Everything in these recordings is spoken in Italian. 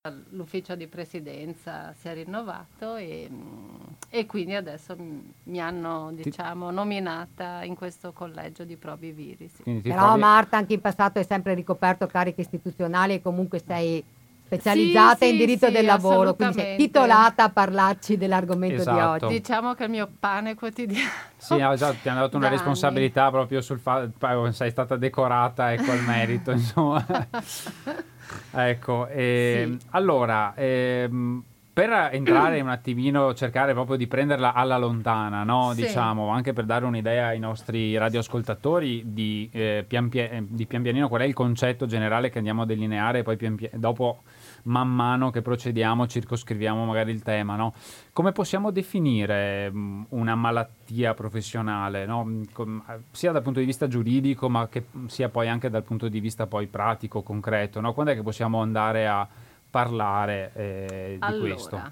l'ufficio di presidenza si è rinnovato e quindi adesso mi hanno, diciamo, nominata in questo collegio di Probi Viri. Sì. Però Marta anche in passato hai sempre ricoperto cariche istituzionali e comunque sei specializzata in diritto del lavoro, quindi sei titolata a parlarci dell'argomento di oggi. Diciamo che è il mio pane quotidiano. Sì, esatto, ti hanno dato una responsabilità proprio sul fatto, sei stata decorata, ecco, al merito, insomma. Ecco, allora, per entrare un attimino, cercare proprio di prenderla alla lontana, no? Sì. Diciamo, anche per dare un'idea ai nostri radioascoltatori di pian pianino qual è il concetto generale che andiamo a delineare e poi dopo, man mano che procediamo, circoscriviamo magari il tema, no? Come possiamo definire una malattia professionale, no? Sia dal punto di vista giuridico, ma che sia poi anche dal punto di vista poi pratico, concreto, no? Quando è che possiamo andare a parlare di questo?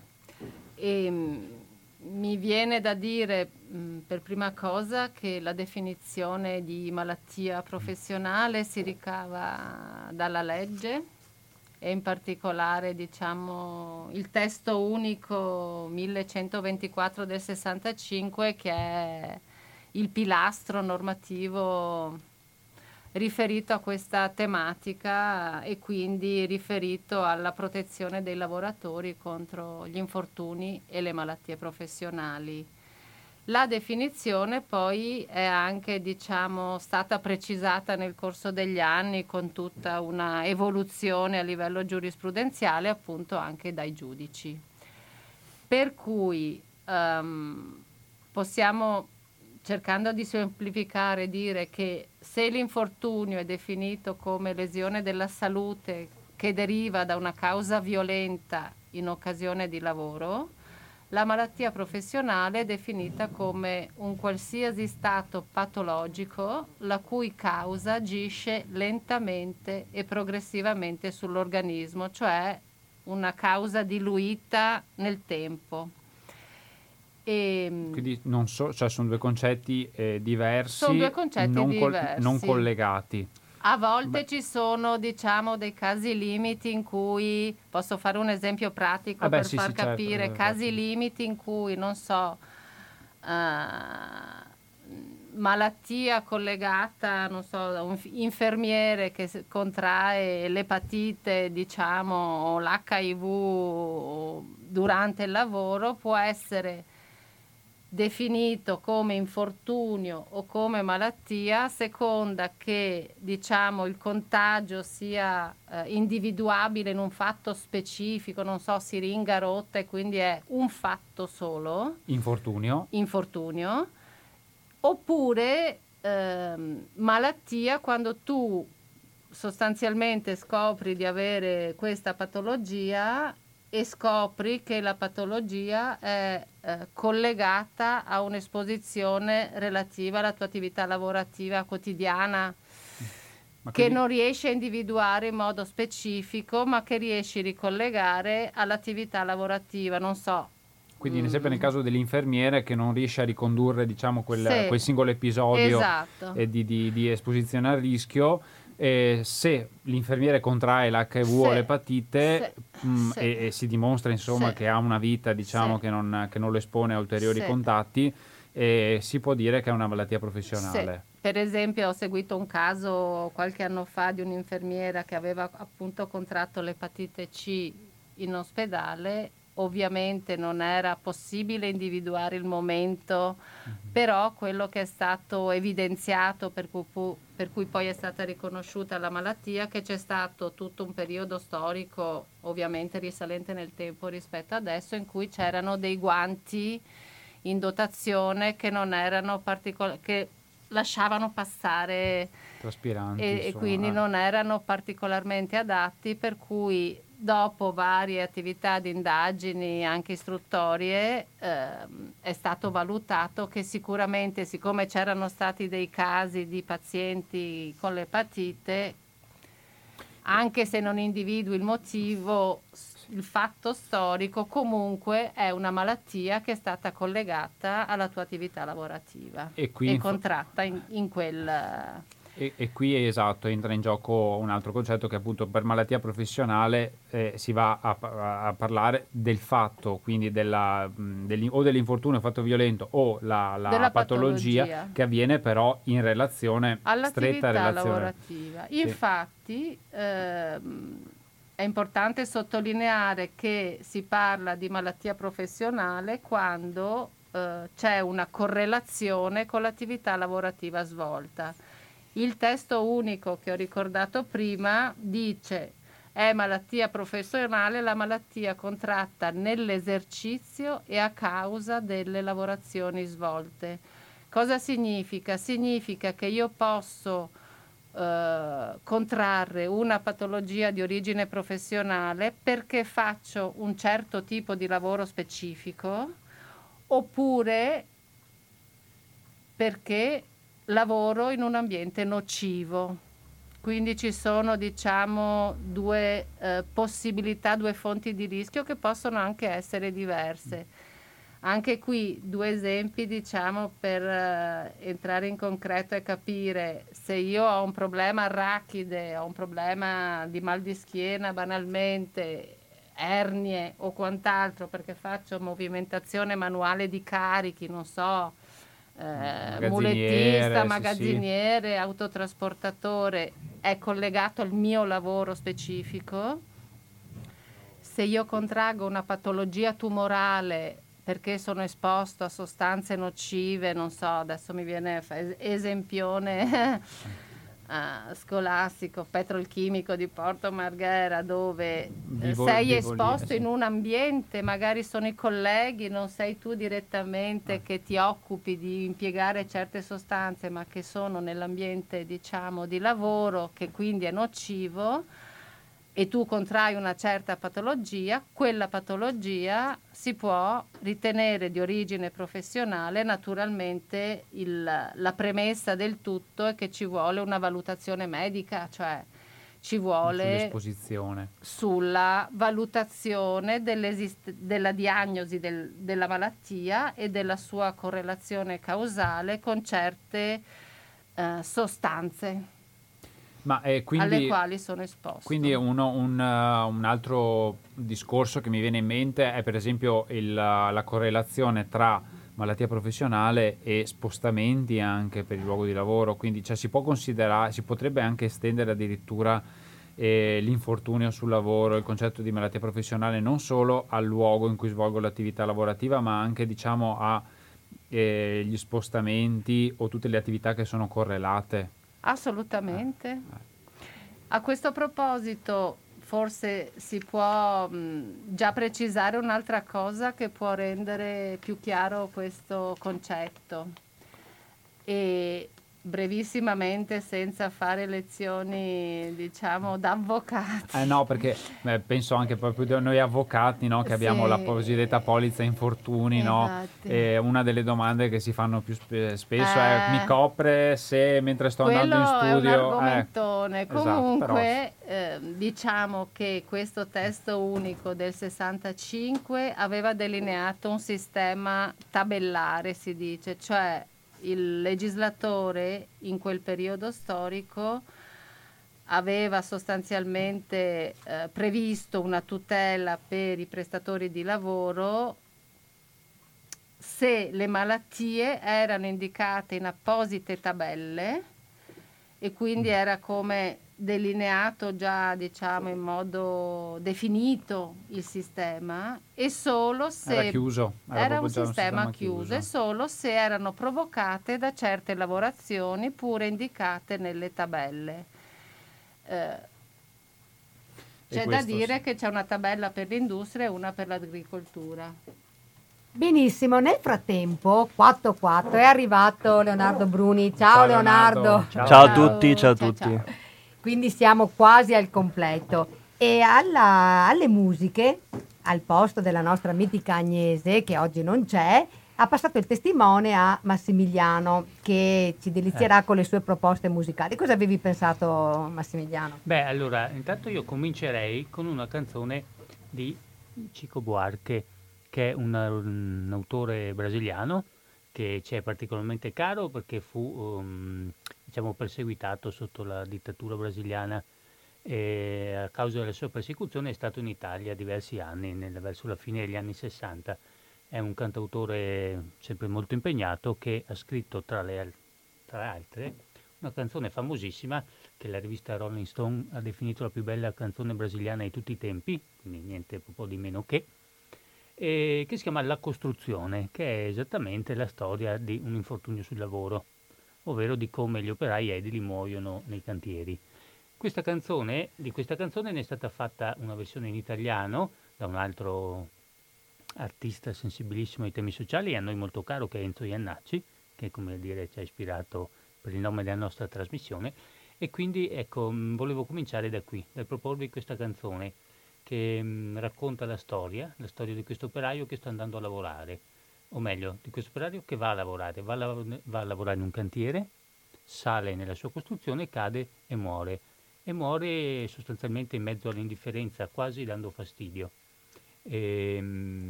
Mi viene da dire per prima cosa che la definizione di malattia professionale si ricava dalla legge e in particolare, diciamo, il testo unico 1124 del 65, che è il pilastro normativo riferito a questa tematica e quindi riferito alla protezione dei lavoratori contro gli infortuni e le malattie professionali. La definizione poi è anche, diciamo, stata precisata nel corso degli anni con tutta una evoluzione a livello giurisprudenziale, appunto anche dai giudici. Per cui possiamo, cercando di semplificare, dire che se l'infortunio è definito come lesione della salute che deriva da una causa violenta in occasione di lavoro, la malattia professionale è definita come un qualsiasi stato patologico la cui causa agisce lentamente e progressivamente sull'organismo, cioè una causa diluita nel tempo. Quindi cioè sono due concetti diversi, sono due concetti diversi, non collegati. A volte ci sono, diciamo, dei casi limiti in cui, posso fare un esempio pratico per far capire, certo, casi limiti in cui, non so, malattia collegata, non so, a un infermiere che contrae l'epatite, diciamo, o l'HIV durante il lavoro, può essere definito come infortunio o come malattia a seconda che, diciamo, il contagio sia individuabile in un fatto specifico, non so, siringa rotta, e quindi è un fatto solo, infortunio, oppure malattia quando tu sostanzialmente scopri di avere questa patologia e scopri che la patologia è collegata a un'esposizione relativa alla tua attività lavorativa quotidiana, che non riesci a individuare in modo specifico, ma che riesci a ricollegare all'attività lavorativa, non so. Quindi sempre nel caso dell'infermiere che non riesce a ricondurre, diciamo, quel singolo episodio, esatto, di esposizione al rischio. Se l'infermiere contrae l'HIV o l'epatite e si dimostra, insomma, che ha una vita, diciamo, che non lo espone a ulteriori contatti, si può dire che è una malattia professionale. Per esempio ho seguito un caso qualche anno fa di un'infermiera che aveva appunto contratto l'epatite C in ospedale. Ovviamente non era possibile individuare il momento, però quello che è stato evidenziato, per cui poi è stata riconosciuta la malattia, che c'è stato tutto un periodo storico, ovviamente risalente nel tempo rispetto adesso, in cui c'erano dei guanti in dotazione che non erano che lasciavano passare traspiranti, e quindi non erano particolarmente adatti, per cui dopo varie attività di indagini anche istruttorie è stato valutato che sicuramente, siccome c'erano stati dei casi di pazienti con l'epatite, anche se non individui il motivo, il fatto storico, comunque è una malattia che è stata collegata alla tua attività lavorativa e contratta in quel E qui esatto, entra in gioco un altro concetto che appunto per malattia professionale si va a parlare del fatto, quindi o dell'infortunio fatto violento o la Della patologia patologia. che avviene però in relazione, stretta All'attività relazione. lavorativa. Sì. Infatti è importante sottolineare che si parla di malattia professionale quando c'è una correlazione con l'attività lavorativa svolta. Il testo unico che ho ricordato prima dice: è malattia professionale la malattia contratta nell'esercizio e a causa delle lavorazioni svolte. Cosa significa? Significa che io posso contrarre una patologia di origine professionale perché faccio un certo tipo di lavoro specifico, oppure perché lavoro in un ambiente nocivo. Quindi ci sono, diciamo, due possibilità, due fonti di rischio che possono anche essere diverse. Anche qui due esempi, diciamo, per entrare in concreto e capire se io ho un problema arachide, ho un problema di mal di schiena banalmente, ernie o quant'altro, perché faccio movimentazione manuale di carichi, non so, mulettista, Sì. magazziniere, autotrasportatore, è collegato al mio lavoro specifico. Se io contraggo una patologia tumorale perché sono esposto a sostanze nocive, non so, adesso mi viene esempione scolastico, petrolchimico di Porto Marghera, dove sei esposto in un ambiente, magari sono i colleghi, non sei tu direttamente che ti occupi di impiegare certe sostanze, ma che sono nell'ambiente, diciamo, di lavoro, che quindi è nocivo, e tu contrai una certa patologia, quella patologia si può ritenere di origine professionale. Naturalmente la premessa del tutto è che ci vuole una valutazione medica, cioè ci vuole sulla valutazione della diagnosi della malattia e della sua correlazione causale con certe sostanze. Alle quali sono esposto. Quindi un altro discorso che mi viene in mente è per esempio la correlazione tra malattia professionale e spostamenti anche per il luogo di lavoro, quindi si può considerare, si potrebbe anche estendere addirittura l'infortunio sul lavoro, il concetto di malattia professionale non solo al luogo in cui svolgo l'attività lavorativa, ma anche, diciamo, a gli spostamenti o tutte le attività che sono correlate. Assolutamente. A questo proposito forse si può già precisare un'altra cosa che può rendere più chiaro questo concetto, e brevissimamente, senza fare lezioni, diciamo, da avvocati. No, perché penso anche proprio da noi avvocati, no, che abbiamo la cosiddetta polizza infortuni, no? E una delle domande che si fanno più spesso è: mi copre se mentre sto andando in studio? Quello è un argomentone. Comunque, però diciamo che questo testo unico del 65 aveva delineato un sistema tabellare, si dice, cioè il legislatore in quel periodo storico aveva sostanzialmente previsto una tutela per i prestatori di lavoro se le malattie erano indicate in apposite tabelle, e quindi era come delineato già, diciamo, in modo definito il sistema, e solo se era chiuso, era un sistema chiuso, e solo se erano provocate da certe lavorazioni pure indicate nelle tabelle. C'è da dire che c'è una tabella per l'industria e una per l'agricoltura. Benissimo, nel frattempo 4-4 è arrivato Leonardo Bruni. Ciao Leonardo. Ciao a tutti, ciao a tutti. Ciao. Quindi siamo quasi al completo. E alle musiche, al posto della nostra mitica Agnese, che oggi non c'è, ha passato il testimone a Massimiliano, che ci delizierà con le sue proposte musicali. Cosa avevi pensato, Massimiliano? Beh, allora, intanto io comincerei con una canzone di Chico Buarque, che è un autore brasiliano che ci è particolarmente caro perché fu diciamo, perseguitato sotto la dittatura brasiliana e a causa della sua persecuzione è stato in Italia diversi anni, verso la fine degli anni 60. È un cantautore sempre molto impegnato che ha scritto tra altre una canzone famosissima che la rivista Rolling Stone ha definito la più bella canzone brasiliana di tutti i tempi, quindi niente proprio di meno che si chiama La costruzione, che è esattamente la storia di un infortunio sul lavoro, ovvero di come gli operai edili muoiono nei cantieri. Di questa canzone ne è stata fatta una versione in italiano da un altro artista sensibilissimo ai temi sociali e a noi molto caro, che è Enzo Iannacci, che come dire ci ha ispirato per il nome della nostra trasmissione, e quindi ecco, volevo cominciare da qui, dal proporvi questa canzone che racconta la storia di questo operaio che sta andando a lavorare, o meglio, di questo operaio che va a lavorare, va a lavorare in un cantiere, sale nella sua costruzione, cade e muore sostanzialmente in mezzo all'indifferenza, quasi dando fastidio. E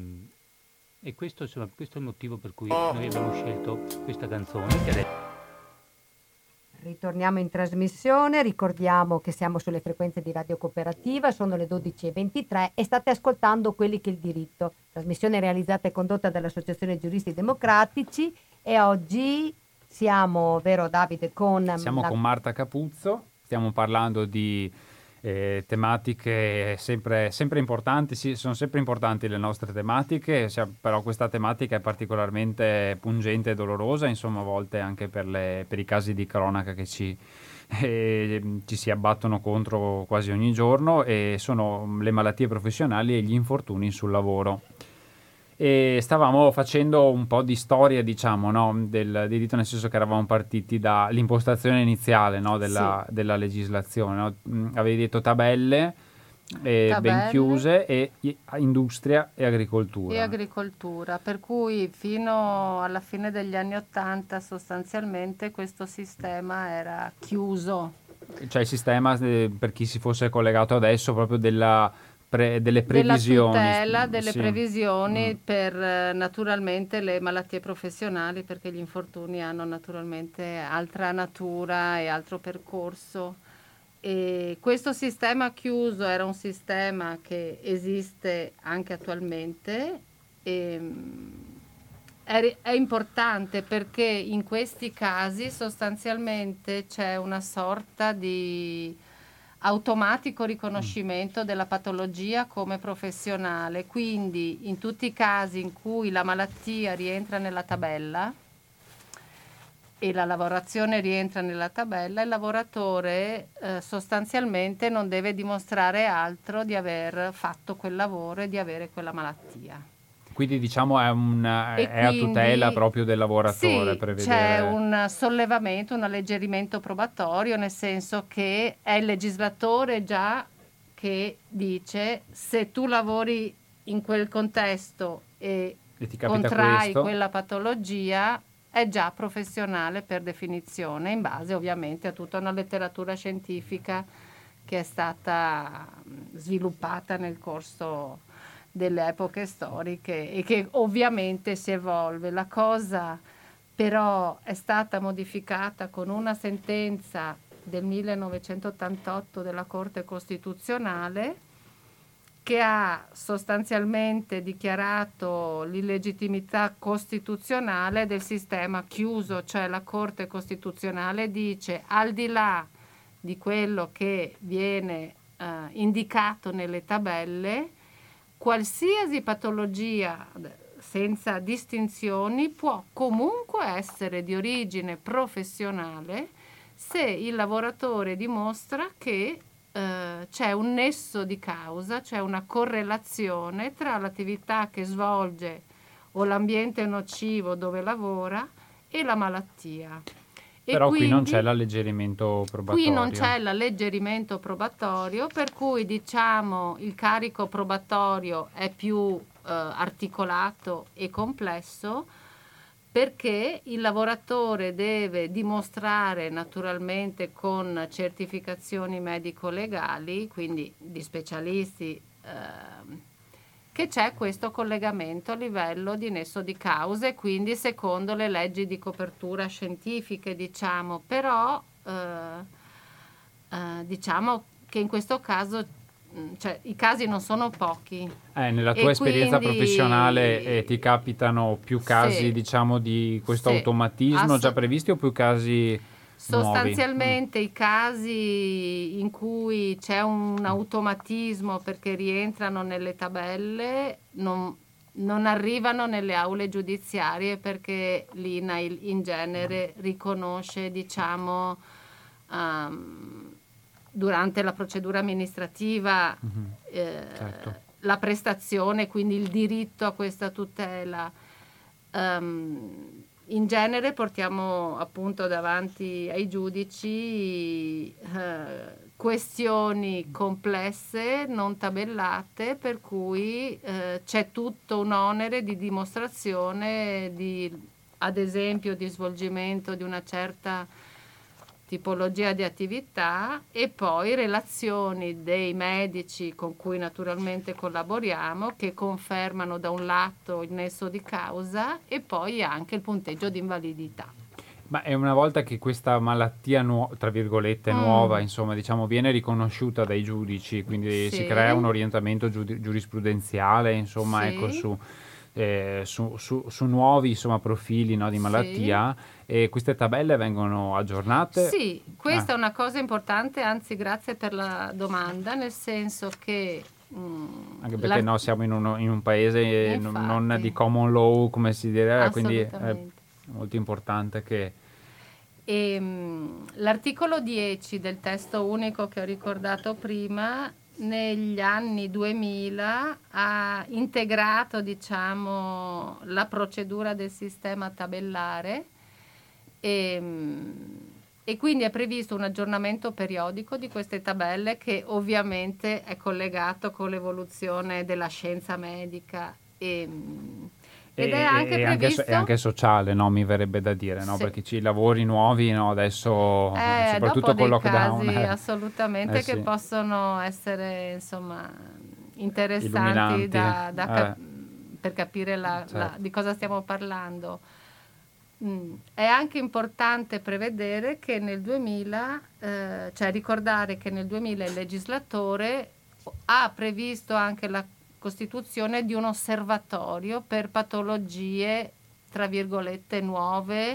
questo, insomma, questo è il motivo per cui noi abbiamo scelto questa canzone che Ritorniamo in trasmissione, ricordiamo che siamo sulle frequenze di Radio Cooperativa, sono le 12:23 e state ascoltando Quelli che il diritto, trasmissione realizzata e condotta dall'Associazione Giuristi Democratici, e oggi siamo, vero Davide, con Marta Capuzzo, stiamo parlando di tematiche sempre importanti, sì, sono sempre importanti le nostre tematiche, però questa tematica è particolarmente pungente e dolorosa, insomma, a volte anche per i casi di cronaca che ci si abbattono contro quasi ogni giorno, e sono le malattie professionali e gli infortuni sul lavoro. E stavamo facendo un po' di storia, diciamo, no, del diritto, nel senso che eravamo partiti dall'impostazione iniziale, no, della legislazione, no? Avevi detto tabelle ben chiuse e industria e agricoltura. E agricoltura, per cui fino alla fine degli anni *80 sostanzialmente questo sistema era chiuso. Cioè il sistema, per chi si fosse collegato adesso, proprio delle previsioni. Della tutela, delle previsioni per naturalmente le malattie professionali, perché gli infortuni hanno naturalmente altra natura e altro percorso. E questo sistema chiuso era un sistema che esiste anche attualmente e è importante perché in questi casi sostanzialmente c'è una sorta di automatico riconoscimento della patologia come professionale, quindi in tutti i casi in cui la malattia rientra nella tabella e la lavorazione rientra nella tabella, il lavoratore sostanzialmente non deve dimostrare altro di aver fatto quel lavoro e di avere quella malattia. Quindi diciamo è a tutela proprio del lavoratore. Sì, prevedere... c'è un sollevamento, un alleggerimento probatorio, nel senso che è il legislatore già che dice: se tu lavori in quel contesto e ti capita contrai quella patologia, è già professionale per definizione, in base ovviamente a tutta una letteratura scientifica che è stata sviluppata nel corso delle epoche storiche e che ovviamente si evolve. La cosa però è stata modificata con una sentenza del 1988 della Corte Costituzionale, che ha sostanzialmente dichiarato l'illegittimità costituzionale del sistema chiuso, cioè la Corte Costituzionale dice: al di là di quello che viene indicato nelle tabelle, qualsiasi patologia senza distinzioni può comunque essere di origine professionale se il lavoratore dimostra che c'è un nesso di causa, c'è una correlazione tra l'attività che svolge o l'ambiente nocivo dove lavora e la malattia. Però qui non c'è l'alleggerimento probatorio. Qui non c'è l'alleggerimento probatorio, per cui diciamo il carico probatorio è più articolato e complesso, perché il lavoratore deve dimostrare naturalmente con certificazioni medico-legali, quindi di specialisti, che c'è questo collegamento a livello di nesso di cause, quindi secondo le leggi di copertura scientifiche, diciamo. Però diciamo che in questo caso, cioè, i casi non sono pochi. Nella tua E esperienza quindi- professionale ti capitano più casi, Sì. diciamo, di questo Sì. automatismo già previsti o più casi nuovi? Sostanzialmente i casi in cui c'è un automatismo perché rientrano nelle tabelle non arrivano nelle aule giudiziarie, perché l'INAIL in genere riconosce, diciamo, durante la procedura amministrativa Certo. la prestazione, quindi il diritto a questa tutela. In genere portiamo appunto davanti ai giudici questioni complesse, non tabellate, per cui c'è tutto un onere di dimostrazione ad esempio, di svolgimento di una certa tipologia di attività, e poi relazioni dei medici con cui naturalmente collaboriamo, che confermano da un lato il nesso di causa e poi anche il punteggio di invalidità. Ma è una volta che questa malattia, tra virgolette, nuova, insomma, diciamo, viene riconosciuta dai giudici, quindi Sì. si crea un orientamento giurisprudenziale, insomma, Sì. ecco, su nuovi, insomma, profili, no, di malattia, e queste tabelle vengono aggiornate? Sì, questa è una cosa importante, anzi grazie per la domanda, nel senso che Anche perché no, siamo in un paese non Infatti. di common law, come si direbbe, quindi è Assolutamente. molto importante che... L'articolo 10 del testo unico che ho ricordato prima, negli anni 2000 ha integrato, diciamo, la procedura del sistema tabellare, e quindi è previsto un aggiornamento periodico di queste tabelle, che ovviamente è collegato con l'evoluzione della scienza medica ed è anche previsto... è anche sociale, no? Mi verrebbe da dire, no? Sì. Perché i lavori nuovi, no? Adesso, soprattutto dopo con dei lockdown, casi assolutamente che sì. possono essere, insomma, interessanti Illuminanti. per capire Certo. di cosa stiamo parlando. È anche importante prevedere che nel 2000, cioè ricordare che nel 2000 il legislatore ha previsto anche la costituzione di un osservatorio per patologie, tra virgolette, nuove,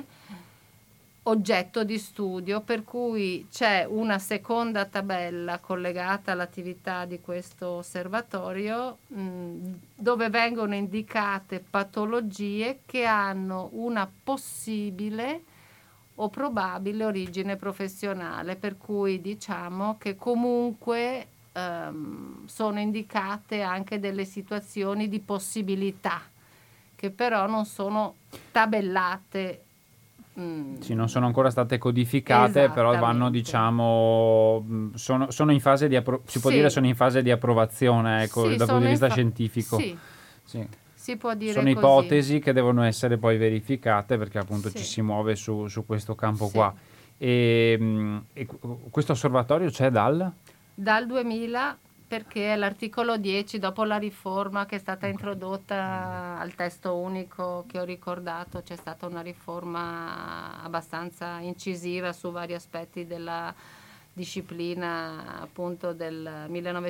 oggetto di studio, per cui c'è una seconda tabella collegata all'attività di questo osservatorio, dove vengono indicate patologie che hanno una possibile o probabile origine professionale, per cui diciamo che comunque sono indicate anche delle situazioni di possibilità che però non sono tabellate. Sì, non sono ancora state codificate, però vanno, Esattamente. diciamo, sono in fase di si può Sì. dire sono in fase di approvazione, ecco, Sì, dal punto sono di vista in scientifico. Sì, Sì. si può dire Sono così. ipotesi che devono essere poi verificate, perché appunto Sì. ci si muove su questo campo Sì. qua. E questo osservatorio c'è dal? Dal 2000, perché è l'articolo 10, dopo la riforma che è stata introdotta al testo unico che ho ricordato, c'è stata una riforma abbastanza incisiva su vari aspetti della disciplina appunto del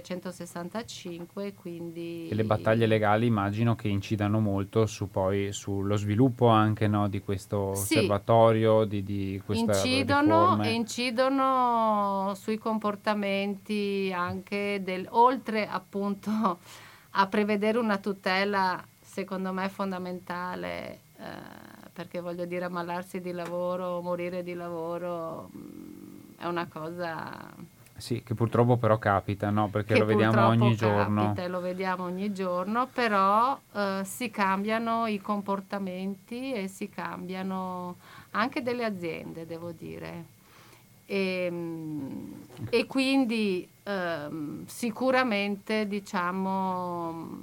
1965, quindi... E le battaglie legali immagino che incidano molto poi sullo sviluppo anche, no, di questo Sì. osservatorio, di queste riforme. Incidono sui comportamenti anche oltre appunto a prevedere una tutela, secondo me fondamentale, perché voglio dire, ammalarsi di lavoro, morire di lavoro, è una cosa Sì, che purtroppo però capita, no? Perché che lo vediamo ogni purtroppo giorno. capita e lo vediamo ogni giorno, però si cambiano i comportamenti e si cambiano anche delle aziende, devo dire. E quindi sicuramente, diciamo,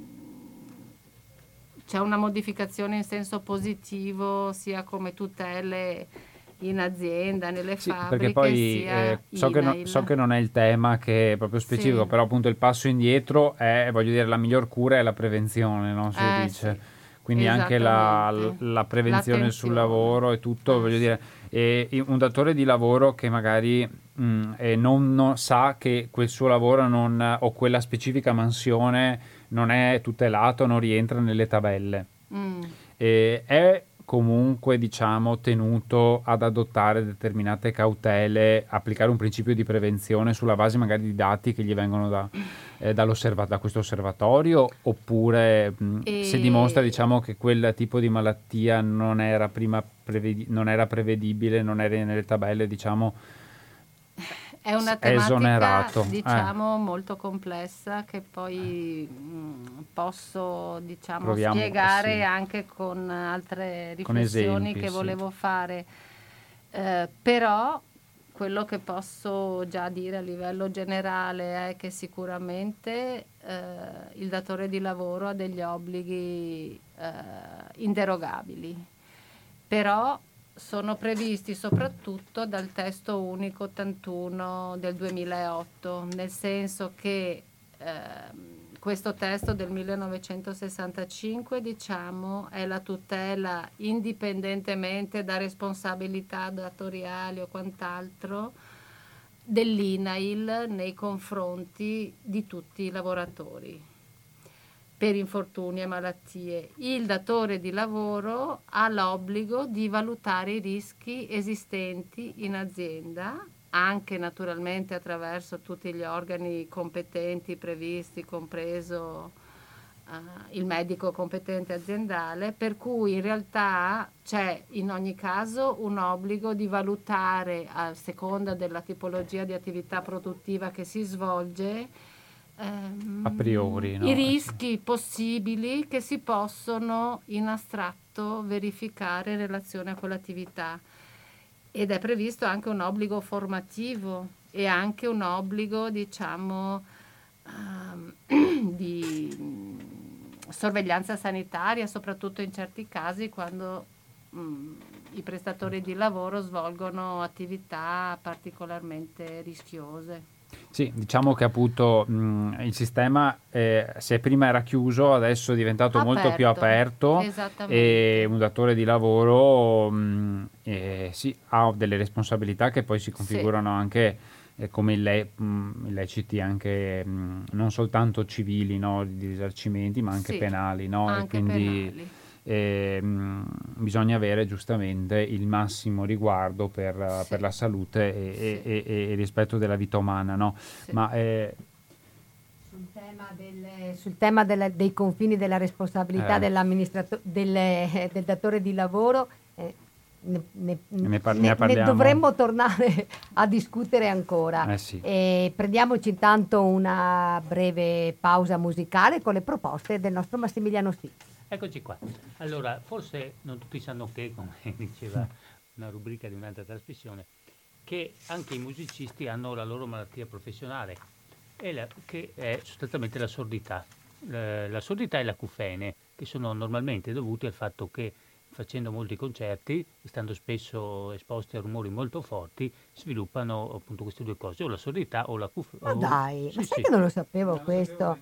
c'è una modificazione in senso positivo, sia come tutele in azienda, nelle Sì, fabbriche, perché poi sia so che non è il tema che è proprio specifico, Sì. però appunto il passo indietro è, voglio dire, la miglior cura è la prevenzione, no? Si dice. Sì. Quindi anche Esattamente. la prevenzione sul L'attenzione. lavoro e tutto, voglio dire, E un datore di lavoro che magari non sa che quel suo lavoro o quella specifica mansione non è tutelato, non rientra nelle tabelle. È comunque, diciamo, tenuto ad adottare determinate cautele, applicare un principio di prevenzione sulla base magari di dati che gli vengono da questo osservatorio, oppure se dimostra, diciamo, che quel tipo di malattia non era prima non era prevedibile, non era nelle tabelle, diciamo, è una è tematica, esonerato. diciamo, molto complessa che poi posso, diciamo, Proviamo, spiegare sì, anche con altre con riflessioni esempi, che sì. volevo fare. Però quello che posso già dire a livello generale è che sicuramente il datore di lavoro ha degli obblighi inderogabili, però sono previsti soprattutto dal testo unico 81 del 2008, nel senso che questo testo del 1965, diciamo, è la tutela indipendentemente da responsabilità datoriali o quant'altro dell'INAIL nei confronti di tutti i lavoratori per infortuni e malattie. Il datore di lavoro ha l'obbligo di valutare i rischi esistenti in azienda, anche naturalmente attraverso tutti gli organi competenti previsti, compreso il medico competente aziendale, per cui in realtà c'è in ogni caso un obbligo di valutare, a seconda della tipologia di attività produttiva che si svolge, A priori, no? i rischi possibili che si possono in astratto verificare in relazione a quell'attività. Ed è previsto anche un obbligo formativo e anche un obbligo, diciamo, di sorveglianza sanitaria, soprattutto in certi casi quando i prestatori di lavoro svolgono attività particolarmente rischiose. Sì, diciamo che appunto il sistema, se prima era chiuso, adesso è diventato molto più aperto, e un datore di lavoro sì, ha delle responsabilità che poi si configurano anche come illeciti anche non soltanto civili, no, di risarcimenti, ma anche penali, no? Anche e quindi penali. bisogna avere giustamente il massimo riguardo per la salute e il rispetto della vita umana, no? Ma sul tema dei confini della responsabilità del datore di lavoro, ne parliamo. dovremmo tornare a discutere ancora. Sì. Prendiamoci intanto una breve pausa musicale con le proposte del nostro Massimiliano Sì. Eccoci qua. Allora, forse non tutti sanno che, come diceva una rubrica di un'altra trasmissione, che anche i musicisti hanno la loro malattia professionale, che è sostanzialmente la sordità. La sordità e l'acufene, che sono normalmente dovuti al fatto che facendo molti concerti, stando spesso esposti a rumori molto forti, sviluppano appunto queste due cose, o la sordità o l'acufene. Ma dai, ma sai che non lo sapevo questo?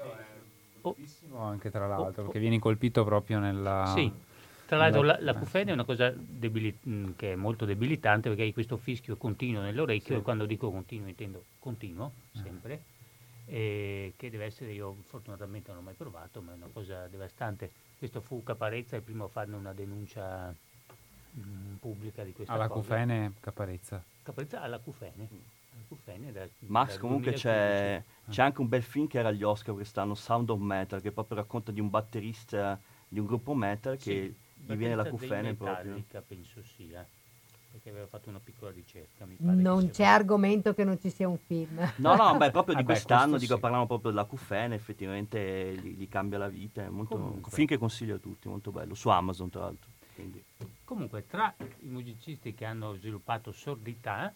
Anche tra l'altro, perché vieni colpito proprio nella... Sì, tra l'altro l'acufene è una cosa che è molto debilitante, perché hai questo fischio continuo nell'orecchio, e quando dico continuo intendo continuo, sempre, che deve essere, io fortunatamente non l'ho mai provato, ma è una cosa devastante. Questo fu Caparezza il primo a farne una denuncia pubblica di questa All'acufene Caparezza. Caparezza all'acufene. Max, comunque c'è anche un bel film che era agli Oscar quest'anno, Sound of Metal, che proprio racconta di un batterista di un gruppo metal che gli viene l'acufene proprio. Penso sia, perché aveva fatto una piccola ricerca. Mi pare Non c'è argomento che non ci sia un film. No, beh, proprio di quest'anno, parliamo proprio dell'acufene, effettivamente gli cambia la vita, è molto, un film che consiglio a tutti, molto bello, su Amazon tra l'altro. Quindi. Comunque, tra i musicisti che hanno sviluppato sordità,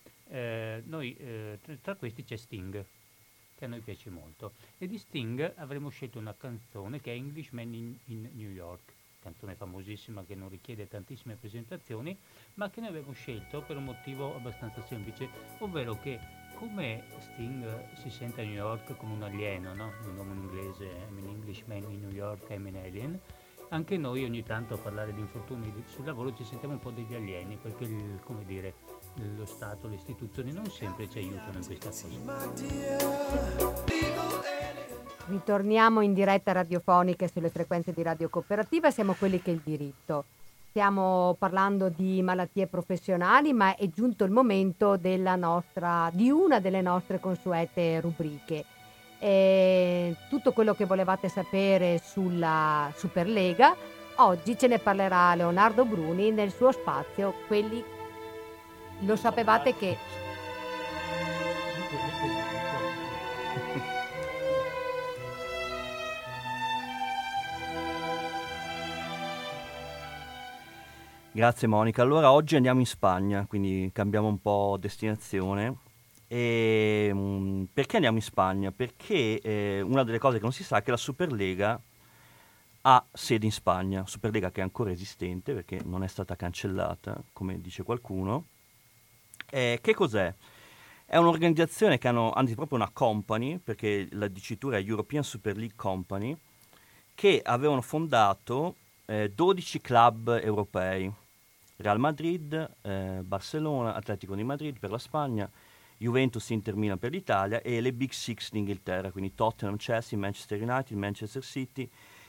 tra questi c'è Sting, che a noi piace molto, e di Sting avremmo scelto una canzone che è Englishman in New York, canzone famosissima che non richiede tantissime presentazioni, ma che noi abbiamo scelto per un motivo abbastanza semplice, ovvero che come Sting si sente a New York come un alieno, no? Un uomo inglese, I'm an Englishman in New York, I'm an alien, anche noi ogni tanto a parlare di infortuni sul lavoro ci sentiamo un po' degli alieni, perché come dire, lo Stato, le istituzioni non sempre ci aiutano in questa cosa. Ritorniamo in diretta radiofonica sulle frequenze di Radio Cooperativa, siamo quelli che è il diritto. Stiamo parlando di malattie professionali, ma è giunto il momento di una delle nostre consuete rubriche. Tutto quello che volevate sapere sulla Superlega, oggi ce ne parlerà Leonardo Bruni nel suo spazio. Quelli lo sapevate che... Grazie Monica. Allora oggi andiamo in Spagna, quindi cambiamo un po' destinazione. Perché andiamo in Spagna? Perché una delle cose che non si sa è che la Superlega ha sede in Spagna, Superlega che è ancora esistente perché non è stata cancellata, come dice qualcuno. Che cos'è? È un'organizzazione che hanno, anzi proprio una company, perché la dicitura è European Super League Company, che avevano fondato 12 club europei. Real Madrid, Barcellona, Atletico di Madrid per la Spagna, Juventus, Inter Milan per l'Italia e le Big Six d'Inghilterra, quindi Tottenham, Chelsea, Manchester United, Manchester City,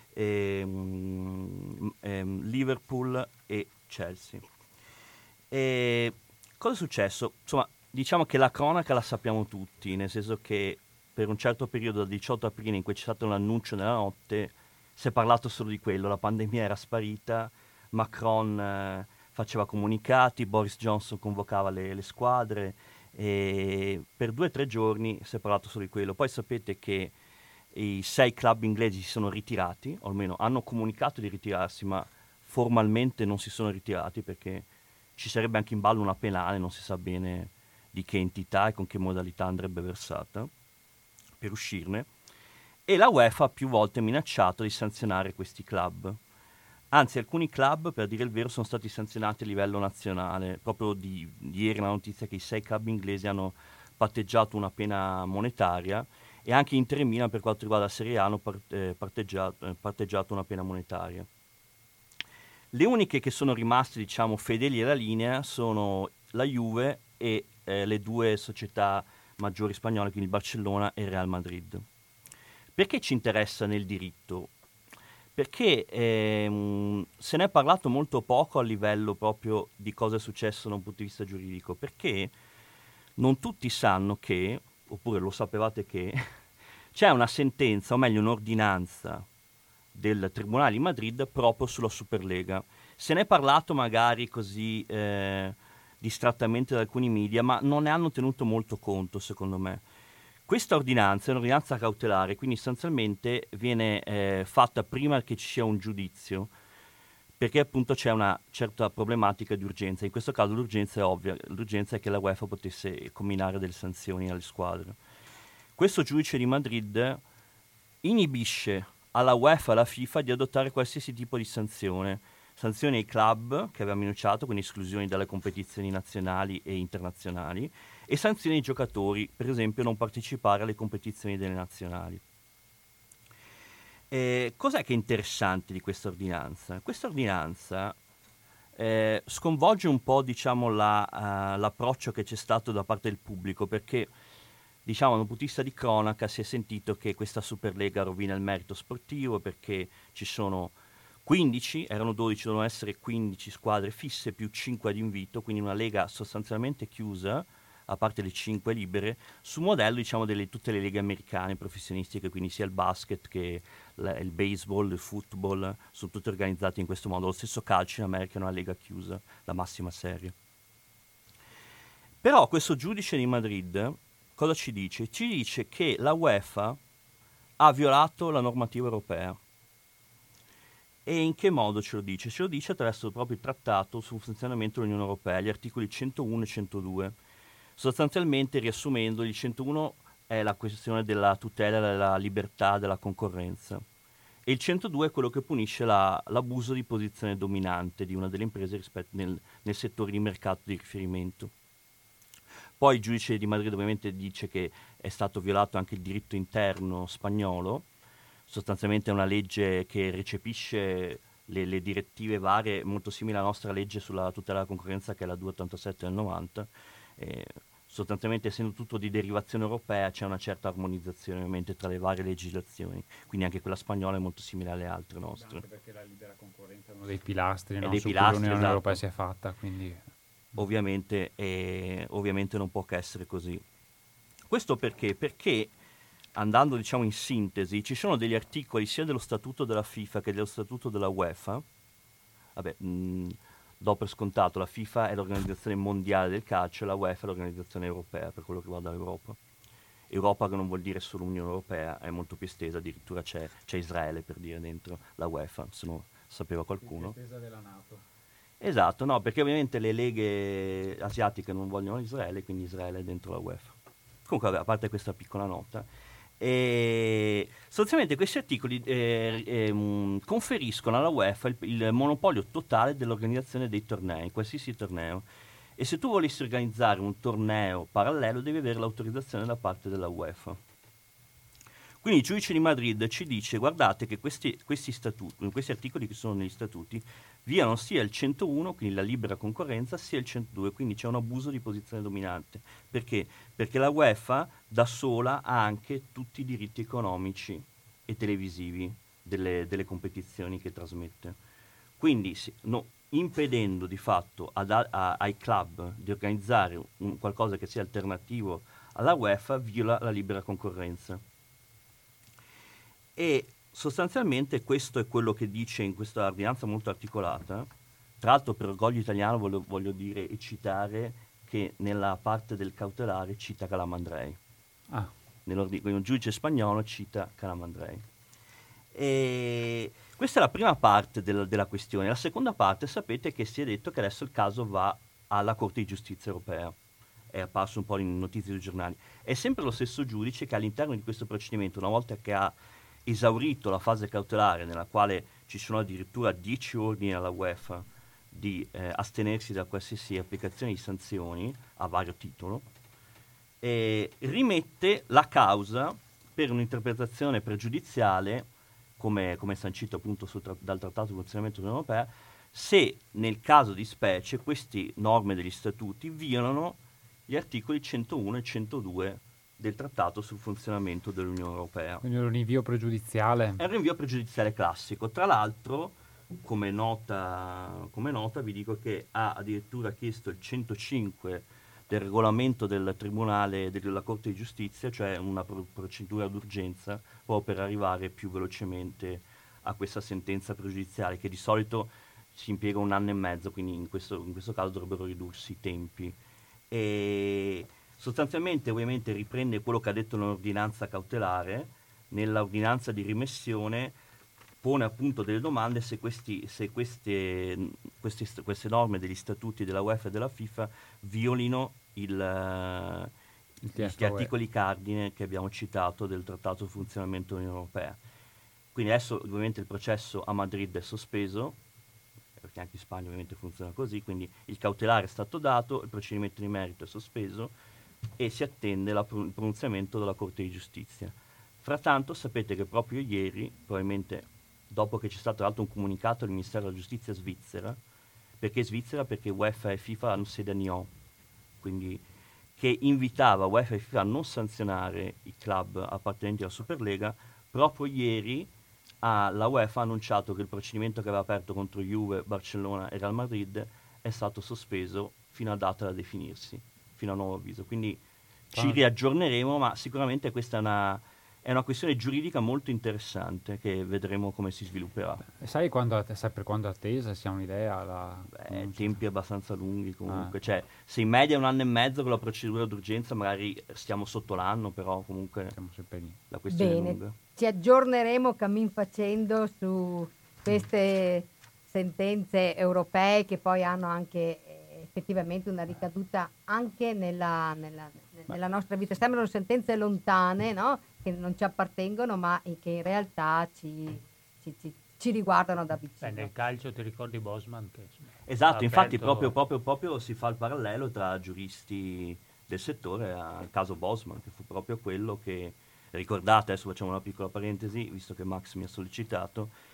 Liverpool e Chelsea. Cosa è successo? Insomma, diciamo che la cronaca la sappiamo tutti, nel senso che per un certo periodo, dal 18 aprile, in cui c'è stato un annuncio nella notte, si è parlato solo di quello, la pandemia era sparita, Macron faceva comunicati, Boris Johnson convocava le squadre e per 2 o 3 giorni si è parlato solo di quello. Poi sapete che i 6 club inglesi si sono ritirati, o almeno hanno comunicato di ritirarsi, ma formalmente non si sono ritirati perché ci sarebbe anche in ballo una penale, non si sa bene di che entità e con che modalità andrebbe versata per uscirne. E la UEFA ha più volte minacciato di sanzionare questi club. Anzi, alcuni club, per dire il vero, sono stati sanzionati a livello nazionale. Proprio di ieri la notizia che i 6 club inglesi hanno patteggiato una pena monetaria e anche Inter e Milan, per quanto riguarda la Serie A, hanno patteggiato una pena monetaria. Le uniche che sono rimaste, diciamo, fedeli alla linea sono la Juve e le 2 società maggiori spagnole, quindi il Barcellona e il Real Madrid. Perché ci interessa nel diritto? Perché se ne è parlato molto poco a livello proprio di cosa è successo da un punto di vista giuridico, perché non tutti sanno che, oppure lo sapevate che, c'è una sentenza, o meglio un'ordinanza del Tribunale di Madrid proprio sulla Superlega. Se ne è parlato magari così distrattamente da alcuni media, ma non ne hanno tenuto molto conto, secondo me. Questa ordinanza è un'ordinanza cautelare, quindi sostanzialmente viene fatta prima che ci sia un giudizio, perché appunto c'è una certa problematica di urgenza. In questo caso l'urgenza è ovvia, l'urgenza è che la UEFA potesse comminare delle sanzioni alle squadre. Questo giudice di Madrid inibisce alla UEFA e alla FIFA di adottare qualsiasi tipo di sanzione ai club che avevamo enunciato, quindi esclusioni dalle competizioni nazionali e internazionali, e sanzioni ai giocatori, per esempio non partecipare alle competizioni delle nazionali. Cos'è che è interessante di questa ordinanza? Questa ordinanza sconvolge un po', diciamo, l'approccio che c'è stato da parte del pubblico, perché, diciamo, da un punto di vista di cronaca si è sentito che questa Superlega rovina il merito sportivo perché ci sono 15, erano 12, dovevano essere 15 squadre fisse più 5 ad invito, quindi una lega sostanzialmente chiusa, a parte le 5 libere, su modello, diciamo, delle tutte le leghe americane professionistiche, quindi sia il basket che il baseball, il football, sono tutte organizzate in questo modo. Lo stesso calcio in America è una lega chiusa, la massima serie. Però questo giudice di Madrid cosa ci dice? Ci dice che la UEFA ha violato la normativa europea. E in che modo ce lo dice? Ce lo dice attraverso proprio il trattato sul funzionamento dell'Unione Europea, gli articoli 101 e 102. Sostanzialmente, riassumendo, il 101 è la questione della tutela della libertà della concorrenza e il 102 è quello che punisce l'abuso di posizione dominante di una delle imprese nel settore di mercato di riferimento. Poi il giudice di Madrid ovviamente dice che è stato violato anche il diritto interno spagnolo. Sostanzialmente è una legge che recepisce le direttive varie, molto simili alla nostra legge sulla tutela della concorrenza, che è la 287 del 90. Sostanzialmente, essendo tutto di derivazione europea, c'è una certa armonizzazione ovviamente tra le varie legislazioni, quindi anche quella spagnola è molto simile alle altre nostre. Anche perché la libera concorrenza è uno dei pilastri, no? dei Su pilastri, cui l'Unione esatto. Europea si è fatta, quindi Ovviamente non può che essere così. Questo perché, andando diciamo in sintesi, ci sono degli articoli sia dello statuto della FIFA che dello statuto della UEFA. Vabbè, do per scontato, la FIFA è l'organizzazione mondiale del calcio e la UEFA è l'organizzazione europea, per quello che riguarda l'Europa. Europa, che non vuol dire solo Unione Europea, è molto più estesa, addirittura c'è Israele, per dire, dentro la UEFA, se non sapeva qualcuno. più estesa della NATO. Esatto, no, perché ovviamente le leghe asiatiche non vogliono Israele, quindi Israele è dentro la UEFA. Comunque, vabbè, a parte questa piccola nota, sostanzialmente questi articoli conferiscono alla UEFA il monopolio totale dell'organizzazione dei tornei, qualsiasi torneo. E se tu volessi organizzare un torneo parallelo, devi avere l'autorizzazione da parte della UEFA. Quindi il giudice di Madrid ci dice: guardate che questi articoli che sono negli statuti violano sia il 101, quindi la libera concorrenza, sia il 102, quindi c'è un abuso di posizione dominante. Perché? Perché la UEFA da sola ha anche tutti i diritti economici e televisivi delle competizioni che trasmette. Quindi impedendo di fatto ai club di organizzare qualcosa che sia alternativo alla UEFA, viola la libera concorrenza. E sostanzialmente questo è quello che dice in questa ordinanza molto articolata. Tra l'altro, per orgoglio italiano voglio dire e citare che nella parte del cautelare cita Calamandrei. Un giudice spagnolo cita Calamandrei. E questa è la prima parte della questione. La seconda parte, sapete che si è detto che adesso il caso va alla Corte di Giustizia Europea. È apparso un po' in notizie sui giornali. È sempre lo stesso giudice che all'interno di questo procedimento, una volta che ha esaurito la fase cautelare, nella quale ci sono addirittura 10 ordini alla UEFA di astenersi da qualsiasi applicazione di sanzioni a vario titolo, rimette la causa per un'interpretazione pregiudiziale, come sancito appunto dal Trattato sul funzionamento dell'Unione Europea, se nel caso di specie queste norme degli statuti violano gli articoli 101 e 102 del Trattato sul funzionamento dell'Unione Europea. Quindi un rinvio pregiudiziale. È un rinvio pregiudiziale classico. Tra l'altro, come nota vi dico che ha addirittura chiesto il 105 del regolamento del Tribunale della Corte di Giustizia, cioè una procedura d'urgenza, proprio per arrivare più velocemente a questa sentenza pregiudiziale, che di solito si impiega 1 anno e mezzo, quindi in questo caso dovrebbero ridursi i tempi. E sostanzialmente ovviamente riprende quello che ha detto l'ordinanza cautelare. Nell'ordinanza di rimessione pone appunto delle domande se queste norme degli statuti della UEFA e della FIFA violino gli articoli cardine che abbiamo citato del Trattato sul funzionamento dell'Unione Europea. Quindi adesso ovviamente il processo a Madrid è sospeso, perché anche in Spagna ovviamente funziona così, quindi il cautelare è stato dato, il procedimento di merito è sospeso e si attende il pronunciamento della Corte di Giustizia. Frattanto sapete che proprio ieri, probabilmente dopo che c'è stato tra l'altro un comunicato del Ministero della Giustizia svizzera, perché UEFA e FIFA hanno sede a Nyon, quindi che invitava UEFA e FIFA a non sanzionare i club appartenenti alla Superlega, proprio ieri la UEFA ha annunciato che il procedimento che aveva aperto contro Juve, Barcellona e Real Madrid è stato sospeso fino a data da definirsi, fino a nuovo avviso. Quindi ci riaggiorneremo, ma sicuramente questa è una questione giuridica molto interessante che vedremo come si svilupperà. Sai per quando attesa? Si ha un'idea? Tempi abbastanza lunghi comunque. Cioè, se in media è 1 anno e mezzo con la procedura d'urgenza, magari stiamo sotto l'anno, però comunque siamo sempre lì. La questione è lunga. Ci aggiorneremo cammin facendo su queste sentenze europee che poi hanno anche effettivamente una ricaduta anche nella nostra vita. Sembrano sentenze lontane, no? Che non ci appartengono, ma che in realtà ci riguardano da vicino. Nel calcio ti ricordi Bosman? Esatto, infatti proprio si fa il parallelo tra giuristi del settore al caso Bosman, che fu proprio quello che, ricordate, adesso facciamo una piccola parentesi, visto che Max mi ha sollecitato,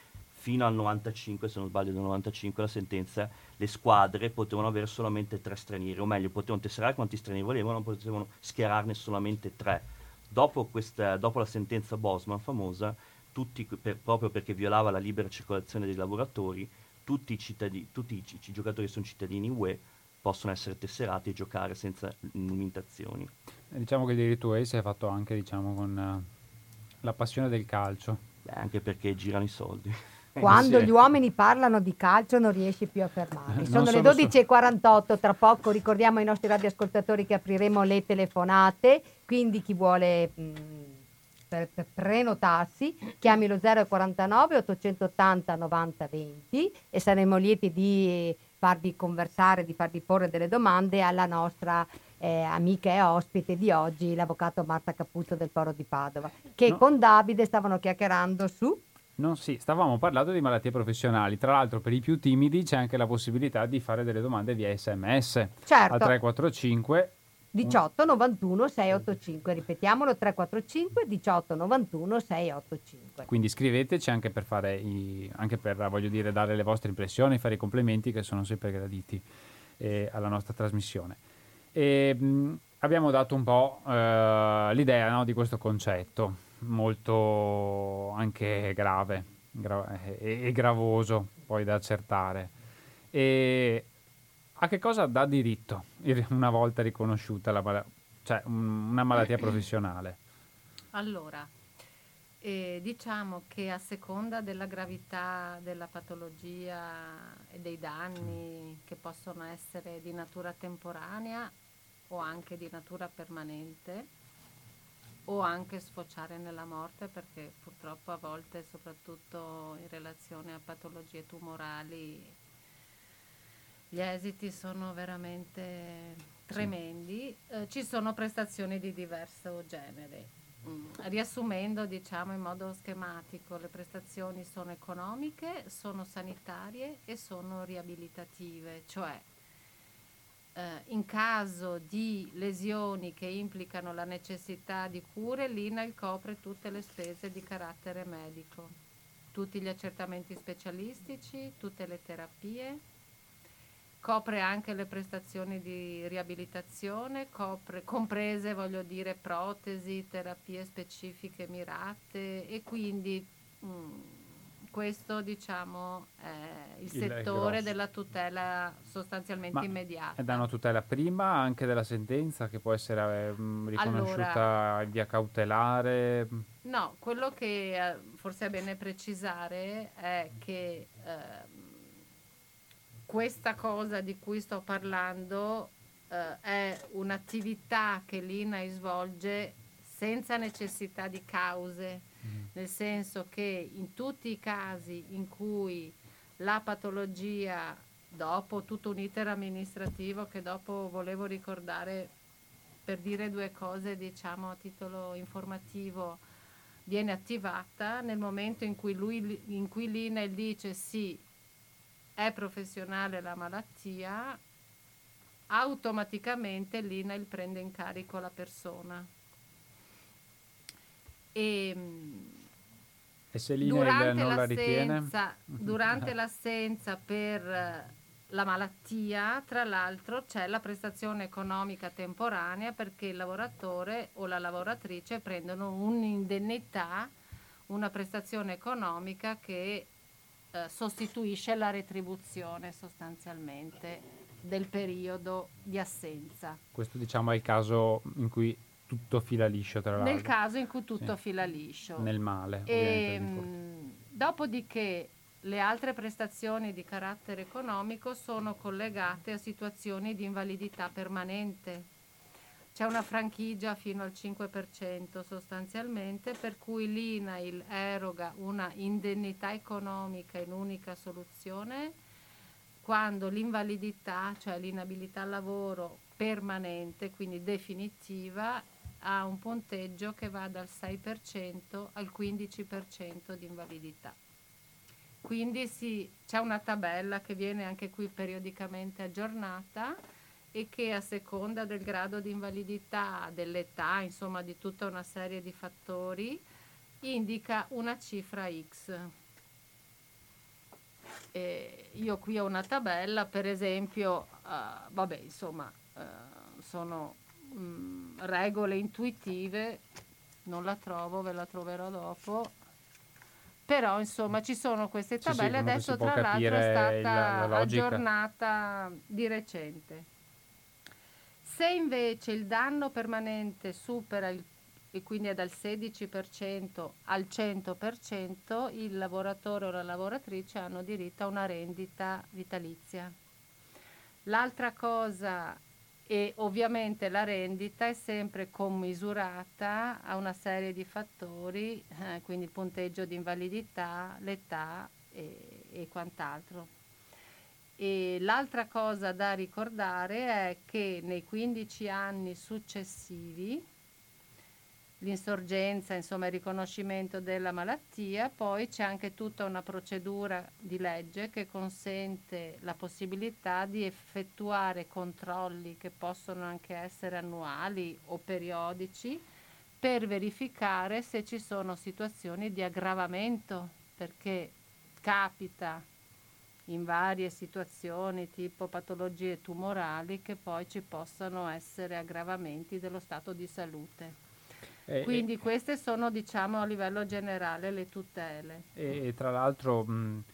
fino al 95, se non sbaglio del 95 la sentenza, le squadre potevano avere solamente 3 stranieri, o meglio, potevano tesserare quanti stranieri volevano, potevano schierarne solamente 3. Dopo la sentenza Bosman famosa, proprio perché violava la libera circolazione dei lavoratori, tutti i giocatori che sono cittadini UE possono essere tesserati e giocare senza limitazioni. Diciamo che il diritto UE si è fatto anche, diciamo, con la passione del calcio. Anche perché girano i soldi. Quando Sì. gli uomini parlano di calcio non riesci più a fermarli. Sono Non le sono 12:48, tra poco ricordiamo ai nostri radioascoltatori che apriremo le telefonate, quindi chi vuole per prenotarsi chiami lo 049 880 90 20 e saremo lieti di farvi conversare, di farvi porre delle domande alla nostra amica e ospite di oggi, l'avvocato Marta Capuzzo del Foro di Padova, che No. con Davide stavano chiacchierando su... Stavamo parlando di malattie professionali. Tra l'altro, per i più timidi c'è anche la possibilità di fare delle domande via SMS Certo. al 345 18 91 685, ripetiamolo, 345 18 91 685. Quindi scriveteci anche per anche per, voglio dire, dare le vostre impressioni, fare i complimenti che sono sempre graditi alla nostra trasmissione. Abbiamo dato un po' l'idea, no, di questo concetto molto anche grave e gravoso poi da accertare. E a che cosa dà diritto una volta riconosciuta una malattia professionale? Allora, diciamo che a seconda della gravità della patologia e dei danni che possono essere di natura temporanea o anche di natura permanente o anche sfociare nella morte, perché purtroppo a volte, soprattutto in relazione a patologie tumorali, gli esiti sono veramente tremendi. Ci sono prestazioni di diverso genere. Riassumendo, diciamo in modo schematico, le prestazioni sono economiche, sono sanitarie e sono riabilitative, cioè in caso di lesioni che implicano la necessità di cure, l'INAIL copre tutte le spese di carattere medico, tutti gli accertamenti specialistici, tutte le terapie, copre anche le prestazioni di riabilitazione, comprese, voglio dire, protesi, terapie specifiche mirate, e quindi questo, diciamo, è il settore grosso. della tutela sostanzialmente immediata. È da una tutela prima anche della sentenza, che può essere riconosciuta in via cautelare? No, quello che forse è bene precisare è che questa cosa di cui sto parlando è un'attività che l'INAI svolge senza necessità di cause, nel senso che in tutti i casi in cui la patologia, dopo tutto un iter amministrativo che dopo volevo ricordare per dire due cose, diciamo, a titolo informativo, viene attivata, nel momento in cui l'INAIL dice sì, è professionale la malattia, automaticamente l'INAIL prende in carico la persona. E se l'INAIL non la ritiene? Durante l'assenza per la malattia, tra l'altro, c'è la prestazione economica temporanea, perché il lavoratore o la lavoratrice prendono un'indennità, una prestazione economica che sostituisce la retribuzione sostanzialmente del periodo di assenza. Questo, diciamo, è il caso in cui tutto fila liscio, tra l'altro. Nel caso in cui tutto fila liscio. Nel male. Dopodiché le altre prestazioni di carattere economico sono collegate a situazioni di invalidità permanente. C'è una franchigia fino al 5% sostanzialmente, per cui l'INAIL eroga una indennità economica in unica soluzione quando l'invalidità, cioè l'inabilità al lavoro permanente, quindi definitiva, ha un punteggio che va dal 6% al 15% di invalidità. Quindi c'è una tabella che viene anche qui periodicamente aggiornata e che a seconda del grado di invalidità, dell'età, insomma di tutta una serie di fattori, indica una cifra X. Io qui ho una tabella, per esempio, vabbè, insomma, sono regole intuitive, non la trovo, ve la troverò dopo. Però insomma ci sono queste Sì, sì, tabelle, comunque adesso si può tra l'altro è capire la stata logica. aggiornata di recente. Se invece il danno permanente supera e quindi è dal 16% al 100%, il lavoratore o la lavoratrice hanno diritto a una rendita vitalizia. L'altra cosa, e ovviamente la rendita è sempre commisurata a una serie di fattori, quindi il punteggio di invalidità, l'età e quant'altro. E l'altra cosa da ricordare è che nei 15 anni successivi, l'insorgenza, insomma il riconoscimento della malattia, poi c'è anche tutta una procedura di legge che consente la possibilità di effettuare controlli che possono anche essere annuali o periodici per verificare se ci sono situazioni di aggravamento, perché capita in varie situazioni tipo patologie tumorali che poi ci possano essere aggravamenti dello stato di salute. Quindi queste sono, diciamo, a livello generale le tutele. E tra l'altro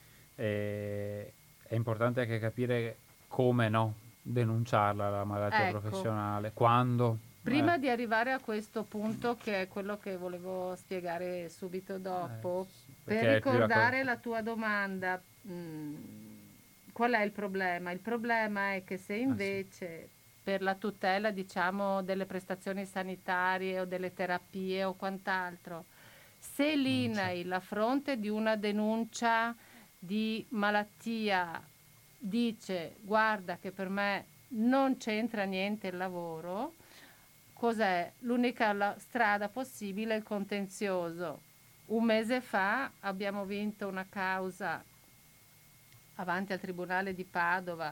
è importante anche capire come denunciarla la malattia Ecco, professionale, quando. prima di arrivare a questo punto, che è quello che volevo spiegare subito dopo, per perché è più ricordare la tua domanda, qual è il problema? Il problema è che se invece per la tutela, diciamo, delle prestazioni sanitarie o delle terapie o quant'altro, se l'INAIL a fronte di una denuncia di malattia dice guarda che per me non c'entra niente il lavoro, cos'è? L'unica strada possibile è il contenzioso. Un mese fa abbiamo vinto una causa avanti al Tribunale di Padova,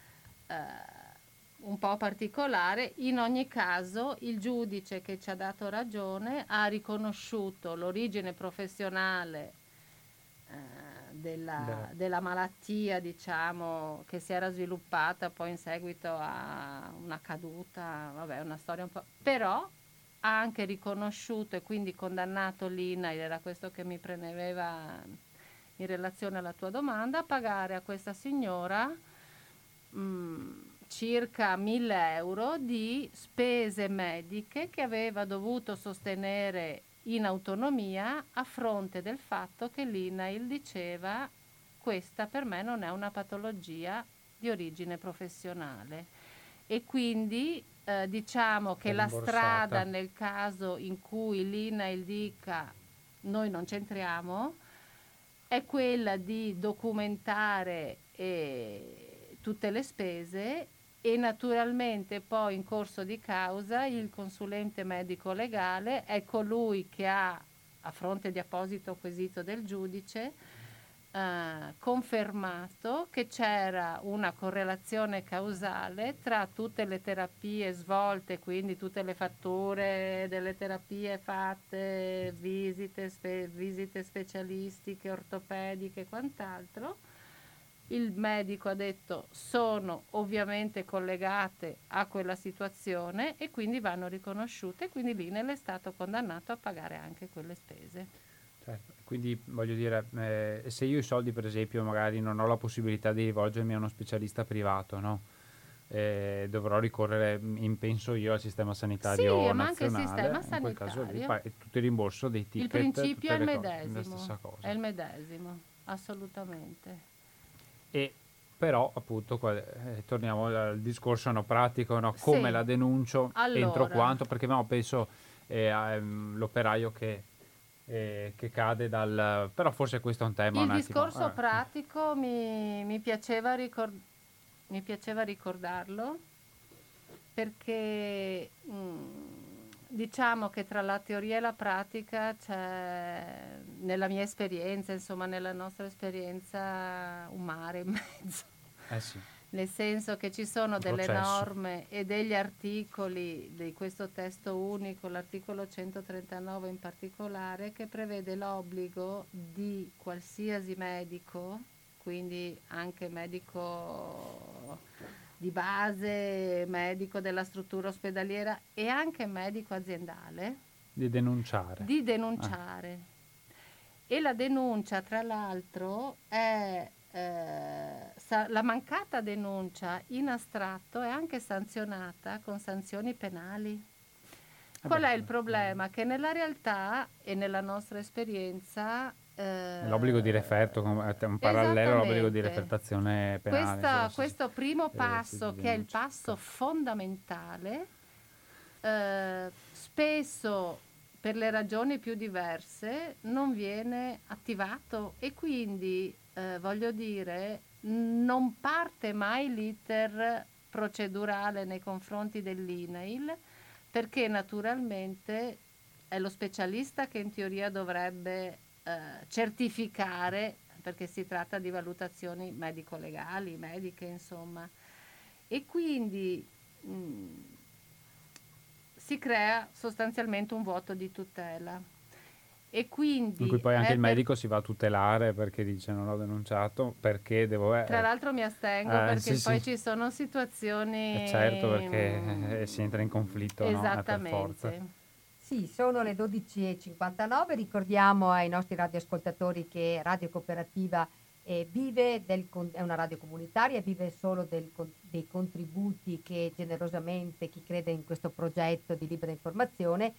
un po' particolare. In ogni caso il giudice che ci ha dato ragione ha riconosciuto l'origine professionale della malattia, diciamo, che si era sviluppata poi in seguito a una caduta, vabbè, una storia un po'. Però ha anche riconosciuto e quindi condannato l'INAIL, era questo che mi premeva in relazione alla tua domanda, a pagare a questa signora circa 1.000 euro di spese mediche che aveva dovuto sostenere in autonomia a fronte del fatto che l'INAIL diceva questa per me non è una patologia di origine professionale e quindi diciamo che la strada nel caso in cui l'INAIL dica noi non c'entriamo è quella di documentare tutte le spese e naturalmente poi in corso di causa il consulente medico legale è colui che ha, a fronte di apposito quesito del giudice, confermato che c'era una correlazione causale tra tutte le terapie svolte, quindi tutte le fatture delle terapie fatte, visite specialistiche, ortopediche e quant'altro. Il medico ha detto sono ovviamente collegate a quella situazione e quindi vanno riconosciute, quindi l'INAIL è stato condannato a pagare anche quelle spese. Certo. Quindi voglio dire, se io i soldi per esempio magari non ho la possibilità di rivolgermi a uno specialista privato, no? Dovrò ricorrere, penso io, al sistema sanitario ma anche il nazionale, sistema in quel caso lì sanitario. tutto il rimborso dei ticket, Il principio è il tutte le cose, medesimo, la stessa cosa. è il medesimo, assolutamente. E però appunto torniamo al discorso pratico, no? Come Sì. la denuncio, Allora. entro quanto, perché penso l'operaio che cade dal... però forse questo è un tema Il un attimo, discorso pratico mi piaceva ricordarlo perché diciamo che tra la teoria e la pratica c'è, nella mia esperienza, insomma nella nostra esperienza, un mare in mezzo. Sì. Nel senso che ci sono delle processo. norme e degli articoli di questo testo unico, l'articolo 139 in particolare, che prevede l'obbligo di qualsiasi medico, quindi anche medico di base, medico della struttura ospedaliera e anche medico aziendale, Di denunciare. di denunciare. E la denuncia, tra l'altro, è la mancata denuncia in astratto è anche sanzionata con sanzioni penali. Qual è il problema? Che nella realtà e nella nostra esperienza L'obbligo di referto, è un parallelo all'obbligo di esattamente. refertazione penale. Questo primo passo, si che è il denuncia. passo fondamentale, spesso per le ragioni più diverse non viene attivato e quindi voglio dire non parte mai l'iter procedurale nei confronti dell'INAIL, perché naturalmente è lo specialista che in teoria dovrebbe certificare, perché si tratta di valutazioni medico-legali, mediche, insomma. E quindi si crea sostanzialmente un vuoto di tutela. E quindi In cui poi anche il medico si va a tutelare perché dice non l'ho denunciato, perché devo... Tra l'altro mi astengo perché sì, poi sì. ci sono situazioni... Certo, perché si entra in conflitto, no? Per forza. Esattamente. Sì, sono le 12:59, ricordiamo ai nostri radioascoltatori che Radio Cooperativa è una radio comunitaria, vive solo dei contributi che generosamente chi crede in questo progetto di libera informazione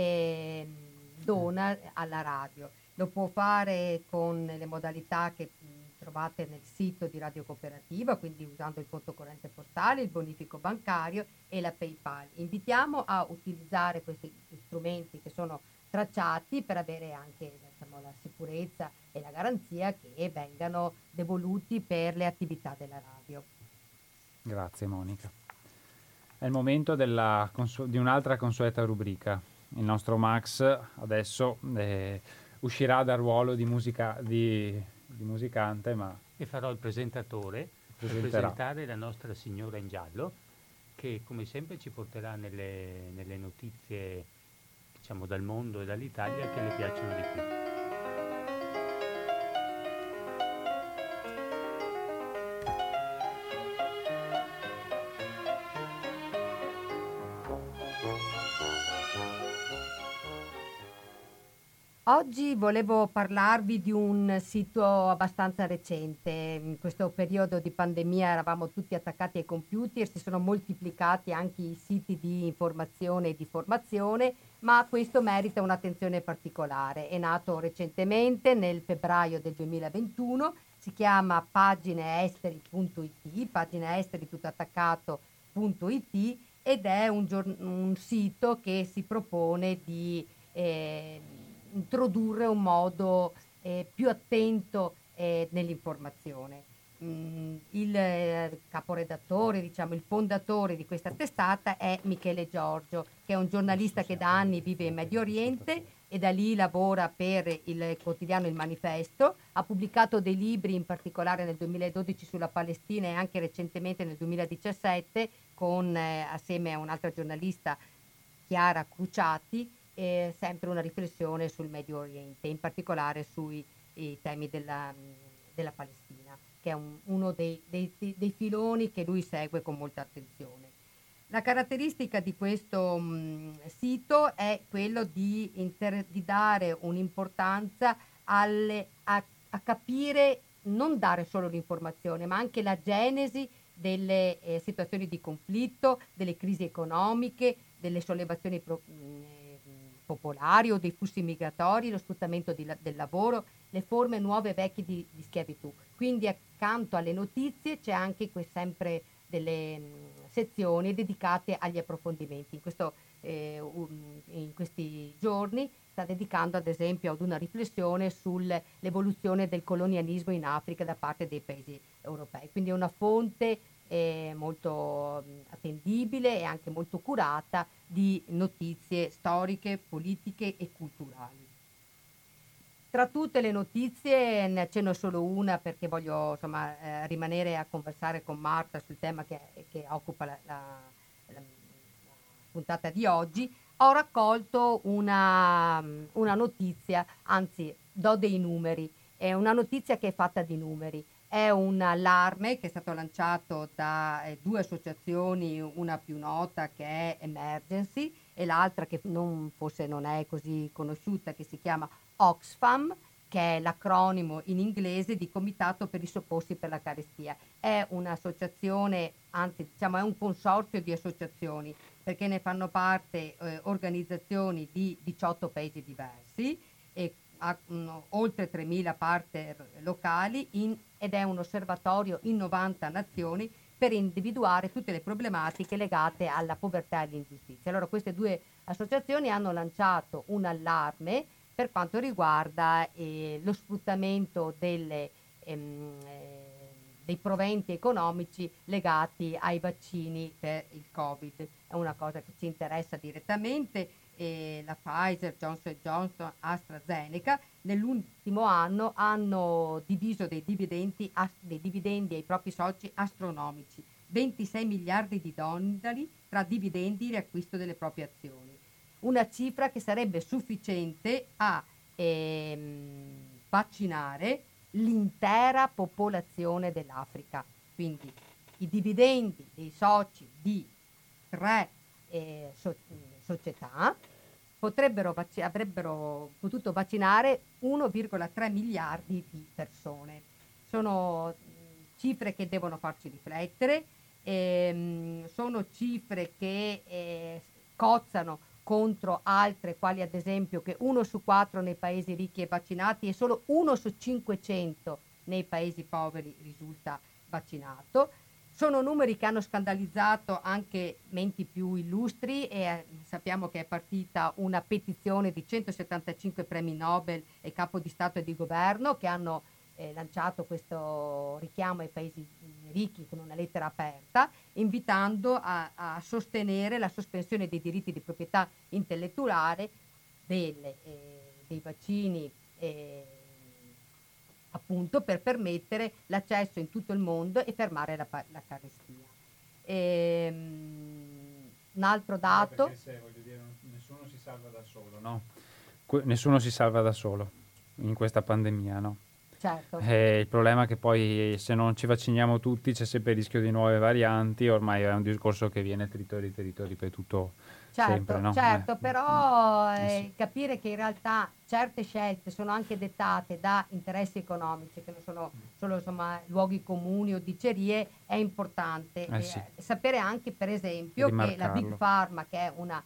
dona alla radio. Lo può fare con le modalità che trovate nel sito di Radio Cooperativa, quindi usando il conto corrente postale, il bonifico bancario e la PayPal. Invitiamo a utilizzare questi strumenti che sono tracciati per avere anche la sicurezza e la garanzia che vengano devoluti per le attività della radio. Grazie Monica. È il momento di un'altra consueta rubrica. Il nostro Max adesso uscirà dal ruolo di musicante, ma... E farò il presentatore per Presenterà. presentare la nostra signora in giallo, che come sempre ci porterà nelle notizie, diciamo, dal mondo e dall'Italia che le piacciono di più. Oggi volevo parlarvi di un sito abbastanza recente. In questo periodo di pandemia eravamo tutti attaccati ai computer, si sono moltiplicati anche i siti di informazione e di formazione, ma questo merita un'attenzione particolare. È nato recentemente nel febbraio del 2021, si chiama pagineesteri.it, pagineesteri.it, ed è un sito che si propone di introdurre un modo più attento nell'informazione. Il caporedattore, diciamo il fondatore di questa testata è Michele Giorgio, che è un giornalista che da anni vive in Medio Oriente e da lì lavora per il quotidiano Il Manifesto. Ha pubblicato dei libri, in particolare nel 2012 sulla Palestina e anche recentemente nel 2017 assieme a un'altra giornalista, Chiara Cruciati, sempre una riflessione sul Medio Oriente, in particolare sui temi della Palestina, che è uno dei filoni che lui segue con molta attenzione. La caratteristica di questo sito è quello di dare un'importanza a capire, non dare solo l'informazione, ma anche la genesi delle situazioni di conflitto, delle crisi economiche, delle sollevazioni popolari o dei flussi migratori, lo sfruttamento del lavoro, le forme nuove e vecchie di schiavitù. Quindi accanto alle notizie c'è anche sempre delle sezioni dedicate agli approfondimenti. In questi giorni sta dedicando ad esempio ad una riflessione sull'evoluzione del colonialismo in Africa da parte dei paesi europei. Quindi è una fonte molto attendibile e anche molto curata di notizie storiche, politiche e culturali. Tra tutte le notizie ne accenno solo una perché voglio rimanere a conversare con Marta sul tema che occupa la puntata di oggi. Ho raccolto una notizia, anzi do dei numeri, è una notizia che è fatta di numeri. È un allarme che è stato lanciato da due associazioni, una più nota che è Emergency e l'altra che forse non è così conosciuta, che si chiama Oxfam, che è l'acronimo in inglese di Comitato per i soccorsi per la carestia. È un'associazione, anzi diciamo è un consorzio di associazioni, perché ne fanno parte organizzazioni di 18 paesi diversi e ha oltre 3.000 partner locali ed è un osservatorio in 90 nazioni per individuare tutte le problematiche legate alla povertà e all'ingiustizia. Allora queste due associazioni hanno lanciato un allarme per quanto riguarda lo sfruttamento dei proventi economici legati ai vaccini per il Covid. È una cosa che ci interessa direttamente. La Pfizer, Johnson Johnson, AstraZeneca nell'ultimo anno hanno diviso dei dividendi ai propri soci astronomici, 26 miliardi di dollari tra dividendi e riacquisto delle proprie azioni. Una cifra che sarebbe sufficiente a vaccinare l'intera popolazione dell'Africa. Quindi i dividendi dei soci di tre società avrebbero potuto vaccinare 1,3 miliardi di persone. Sono cifre che devono farci riflettere, sono cifre che cozzano contro altre, quali ad esempio che 1 su 4 nei paesi ricchi è vaccinati e solo 1 su 500 nei paesi poveri risulta vaccinato. Sono numeri che hanno scandalizzato anche menti più illustri e sappiamo che è partita una petizione di 175 premi Nobel e capo di Stato e di governo che hanno lanciato questo richiamo ai paesi ricchi con una lettera aperta, invitando a sostenere la sospensione dei diritti di proprietà intellettuale dei vaccini appunto per permettere l'accesso in tutto il mondo e fermare la carestia. Un altro dato... Perché voglio dire, nessuno si salva da solo, no? Nessuno si salva da solo in questa pandemia, no? Certo. Il problema è che poi se non ci vacciniamo tutti c'è sempre il rischio di nuove varianti, ormai è un discorso che viene trito ripetuto sempre, no? Certo, però Sì. capire che in realtà certe scelte sono anche dettate da interessi economici, che non sono solo insomma, luoghi comuni o dicerie, è importante. Sì. Sapere anche, per esempio, che la Big Rimarcarlo. Pharma, che è una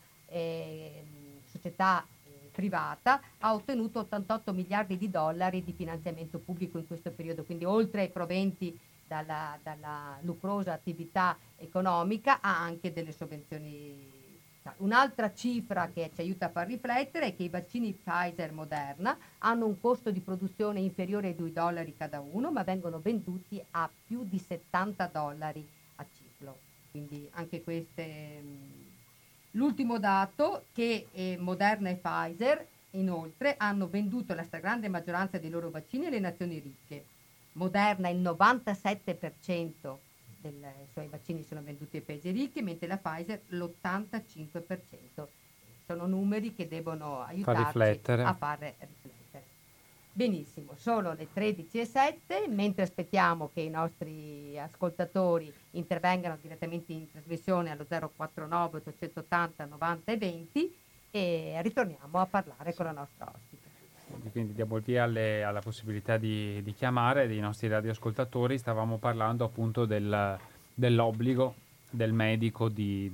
società privata, ha ottenuto 88 miliardi di dollari di finanziamento pubblico in questo periodo, quindi oltre ai proventi dalla lucrosa attività economica ha anche delle sovvenzioni. Un'altra cifra che ci aiuta a far riflettere è che i vaccini Pfizer e Moderna hanno un costo di produzione inferiore ai $2 cada uno, ma vengono venduti a più di $70 a ciclo. Quindi anche queste... L'ultimo dato che Moderna e Pfizer inoltre hanno venduto la stragrande maggioranza dei loro vaccini alle nazioni ricche. Moderna il 97% dei suoi vaccini sono venduti ai paesi ricchi, mentre la Pfizer l'85%. Sono numeri che devono aiutarci a fare riflettere. Benissimo, sono le 13:07, mentre aspettiamo che i nostri ascoltatori intervengano direttamente in trasmissione allo 049 880 90 e 20 e ritorniamo a parlare con la nostra ospite. Quindi diamo il via alla possibilità di chiamare dei nostri radioascoltatori. Stavamo parlando appunto dell'obbligo del medico di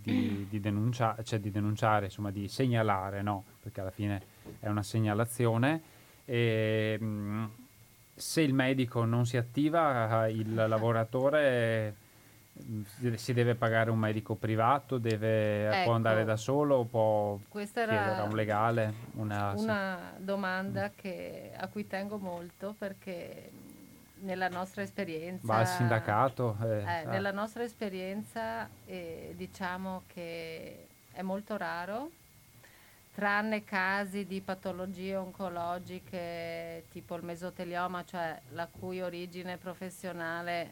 denunciare, insomma di segnalare, no? Perché alla fine è una segnalazione. E, se il medico non si attiva, il lavoratore si deve pagare un medico privato, può andare da solo, può chiedere a un legale? Una domanda a cui tengo molto perché nella nostra esperienza... Va al sindacato? Nella nostra esperienza diciamo che è molto raro, tranne casi di patologie oncologiche tipo il mesotelioma, cioè la cui origine professionale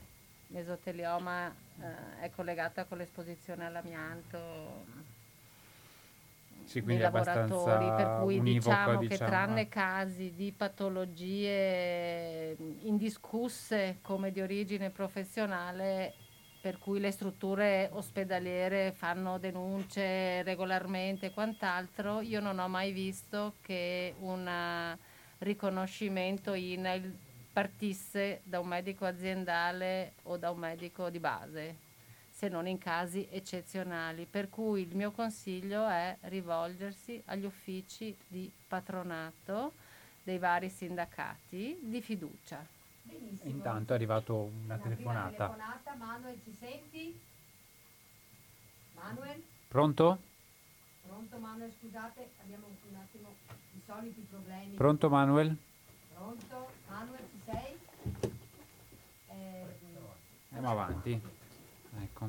mesotelioma è collegata con l'esposizione all'amianto. Sì, dei quindi è lavoratori, per abbastanza cui univoco, diciamo che diciamo. tranne casi di patologie indiscusse come di origine professionale, per cui le strutture ospedaliere fanno denunce regolarmente e quant'altro, io non ho mai visto che un riconoscimento INAIL partisse da un medico aziendale o da un medico di base, se non in casi eccezionali. Per cui il mio consiglio è rivolgersi agli uffici di patronato dei vari sindacati di fiducia. Benissimo. Intanto è arrivata una Una prima telefonata. telefonata. Manuel, ci senti? Manuel? Pronto? Pronto Manuel, scusate, abbiamo un attimo i soliti problemi. Pronto Manuel? Pronto? Manuel, ci sei? Andiamo avanti. Ecco.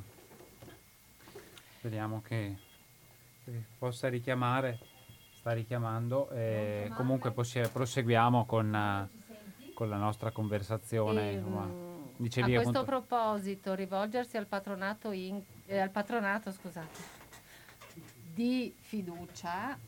Speriamo che possa richiamare. Sta richiamando. Comunque proseguiamo con la nostra conversazione. Insomma. Dicevi A questo appunto. proposito, rivolgersi al patronato, al patronato, scusate, di fiducia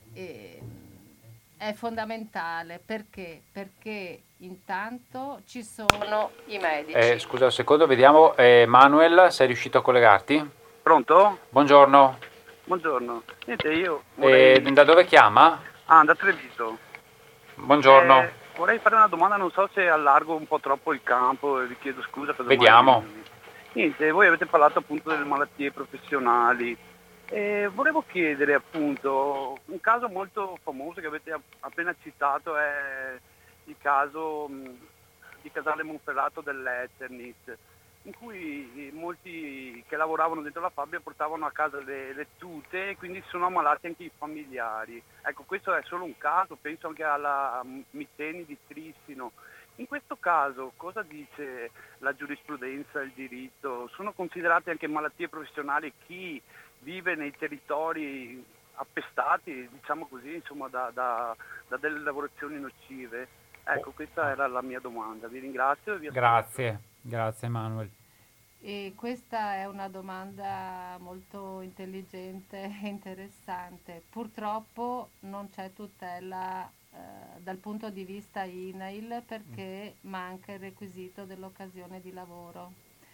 è fondamentale. Perché intanto ci sono i medici. Scusa un secondo, vediamo. Manuel, sei riuscito a collegarti? Pronto? Buongiorno. Buongiorno. Niente, io vorrei... Da dove chiama? Da Treviso. Buongiorno. Vorrei fare una domanda, non so se allargo un po' troppo il campo, vi chiedo scusa. Vediamo. Niente, voi avete parlato appunto delle malattie professionali. Volevo chiedere appunto, un caso molto famoso che avete appena citato è il caso di Casale Monferrato dell'Eternit, in cui molti che lavoravano dentro la fabbrica portavano a casa le tute e quindi sono ammalati anche i familiari. Ecco, questo è solo un caso, penso anche alla Mitteni di Trissino. In questo caso cosa dice la giurisprudenza, il diritto? Sono considerate anche malattie professionali chi vive nei territori appestati, diciamo così, insomma, da delle lavorazioni nocive? Ecco, questa era la mia domanda. Vi ringrazio e vi aspetto. Grazie Manuel. E questa è una domanda molto intelligente e interessante. Purtroppo non c'è tutela dal punto di vista INAIL perché manca il requisito dell'occasione di lavoro.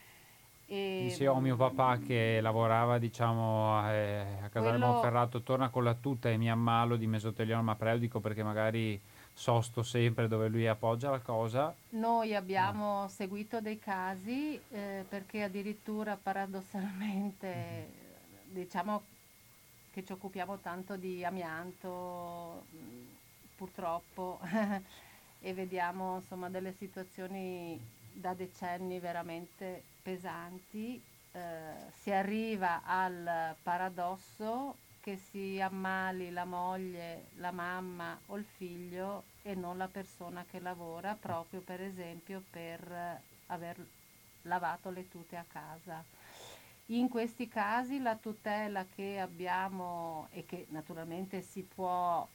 Dicevo mio papà che lavorava diciamo a Casale Monferrato, torna con la tuta e mi ammalo di mesotelioma preudico perché magari sosto sempre dove lui appoggia la cosa. Noi abbiamo seguito dei casi perché addirittura paradossalmente diciamo che ci occupiamo tanto di amianto purtroppo e vediamo insomma delle situazioni da decenni veramente pesanti. Si arriva al paradosso che si ammali la moglie, la mamma o il figlio e non la persona che lavora, proprio per esempio per aver lavato le tute a casa. In questi casi la tutela che abbiamo e che naturalmente si può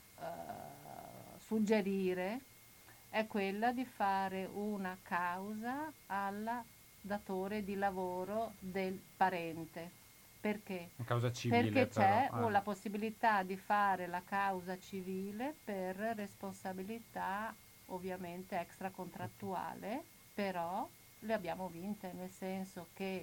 suggerire è quella di fare una causa al datore di lavoro del parente. Perché? Una causa civile. Perché c'è però, la possibilità di fare la causa civile per responsabilità ovviamente extracontrattuale, però le abbiamo vinte, nel senso che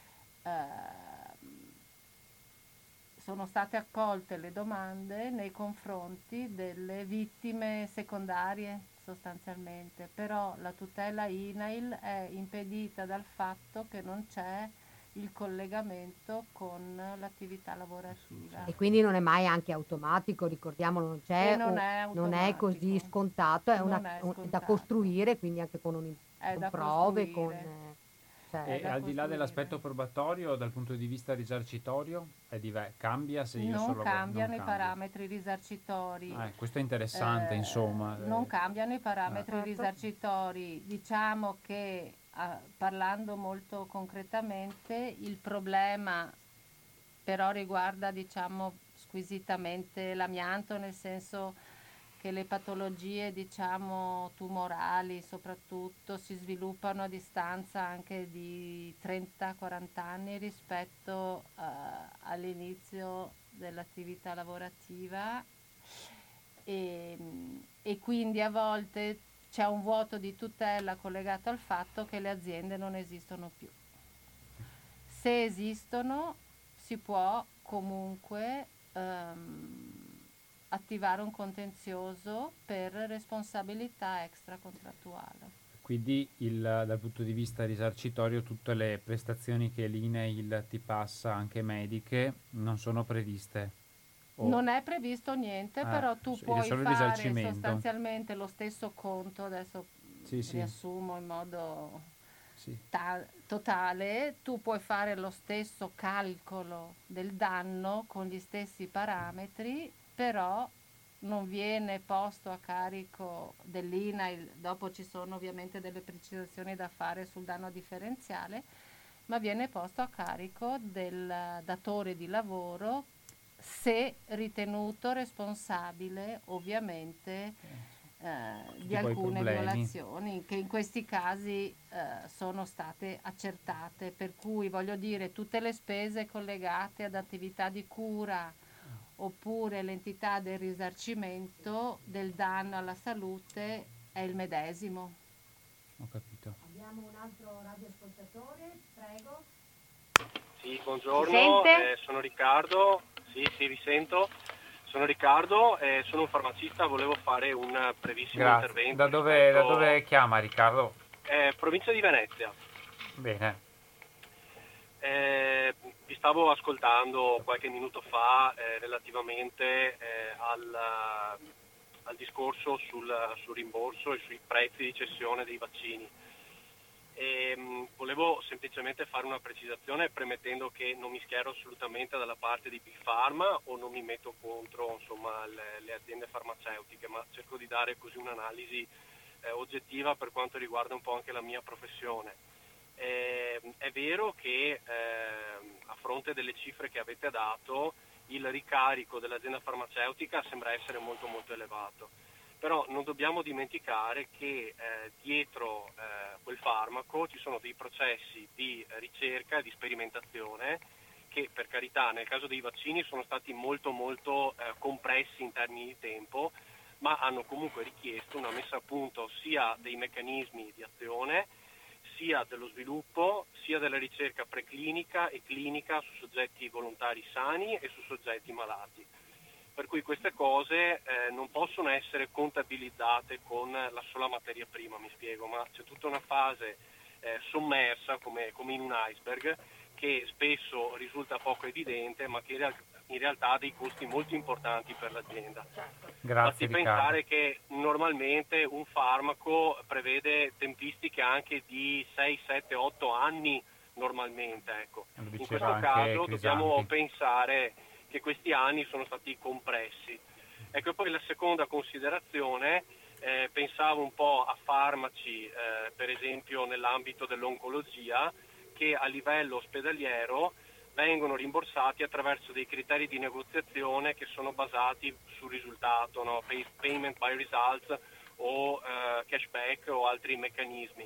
sono state accolte le domande nei confronti delle vittime secondarie sostanzialmente, però la tutela INAIL è impedita dal fatto che non c'è il collegamento con l'attività lavorativa. E quindi non è mai anche automatico, ricordiamolo, non c'è, non è così scontato, è da costruire, quindi anche con prove, e al di là dell'aspetto probatorio, dal punto di vista risarcitorio, cambia se io non cambiano i parametri risarcitori. Questo è interessante, insomma. Non cambiano i parametri risarcitori. Diciamo che, parlando molto concretamente, il problema però riguarda, diciamo, squisitamente l'amianto, nel senso che le patologie, diciamo, tumorali soprattutto si sviluppano a distanza anche di 30-40 anni rispetto all'inizio dell'attività lavorativa e quindi a volte c'è un vuoto di tutela collegato al fatto che le aziende non esistono più. Se esistono, si può comunque attivare un contenzioso per responsabilità extracontrattuale. Quindi dal punto di vista risarcitorio tutte le prestazioni che l'INAIL ti passa, anche mediche, non sono previste? Non è previsto niente, però tu puoi solo il fare risarcimento. sostanzialmente lo stesso conto, adesso Sì, sì. riassumo in modo Sì. totale, tu puoi fare lo stesso calcolo del danno con gli stessi parametri, però non viene posto a carico dell'INAIL, dopo ci sono ovviamente delle precisazioni da fare sul danno differenziale, ma viene posto a carico del datore di lavoro se ritenuto responsabile ovviamente di alcune violazioni che in questi casi sono state accertate, per cui voglio dire tutte le spese collegate ad attività di cura oppure l'entità del risarcimento del danno alla salute è il medesimo. Ho capito. Abbiamo un altro radioascoltatore, prego. Sì, buongiorno, sono Riccardo. Sì, vi sento. Sono Riccardo, sono un farmacista, volevo fare un brevissimo intervento. Da dove chiama Riccardo? Provincia di Venezia. Bene. Vi stavo ascoltando qualche minuto fa relativamente al discorso sul rimborso e sui prezzi di cessione dei vaccini. Volevo semplicemente fare una precisazione premettendo che non mi schiero assolutamente dalla parte di Big Pharma o non mi metto contro le aziende farmaceutiche, ma cerco di dare così un'analisi oggettiva per quanto riguarda un po' anche la mia professione. È vero che a fronte delle cifre che avete dato il ricarico dell'azienda farmaceutica sembra essere molto molto elevato. Però non dobbiamo dimenticare che dietro quel farmaco ci sono dei processi di ricerca e di sperimentazione che, per carità, nel caso dei vaccini sono stati molto molto compressi in termini di tempo, ma hanno comunque richiesto una messa a punto sia dei meccanismi di azione, sia dello sviluppo, sia della ricerca preclinica e clinica su soggetti volontari sani e su soggetti malati. Per cui queste cose non possono essere contabilizzate con la sola materia prima, mi spiego, ma c'è tutta una fase sommersa come in un iceberg che spesso risulta poco evidente, ma che in realtà ha dei costi molto importanti per l'azienda. Grazie, Basti pensare che normalmente un farmaco prevede tempistiche anche di 6, 7, 8 anni normalmente. Ecco. In questo caso dobbiamo pensare che questi anni sono stati compressi. Ecco, poi la seconda considerazione, pensavo un po' a farmaci, per esempio nell'ambito dell'oncologia, che a livello ospedaliero vengono rimborsati attraverso dei criteri di negoziazione che sono basati sul risultato, no? Payment by results o cashback o altri meccanismi.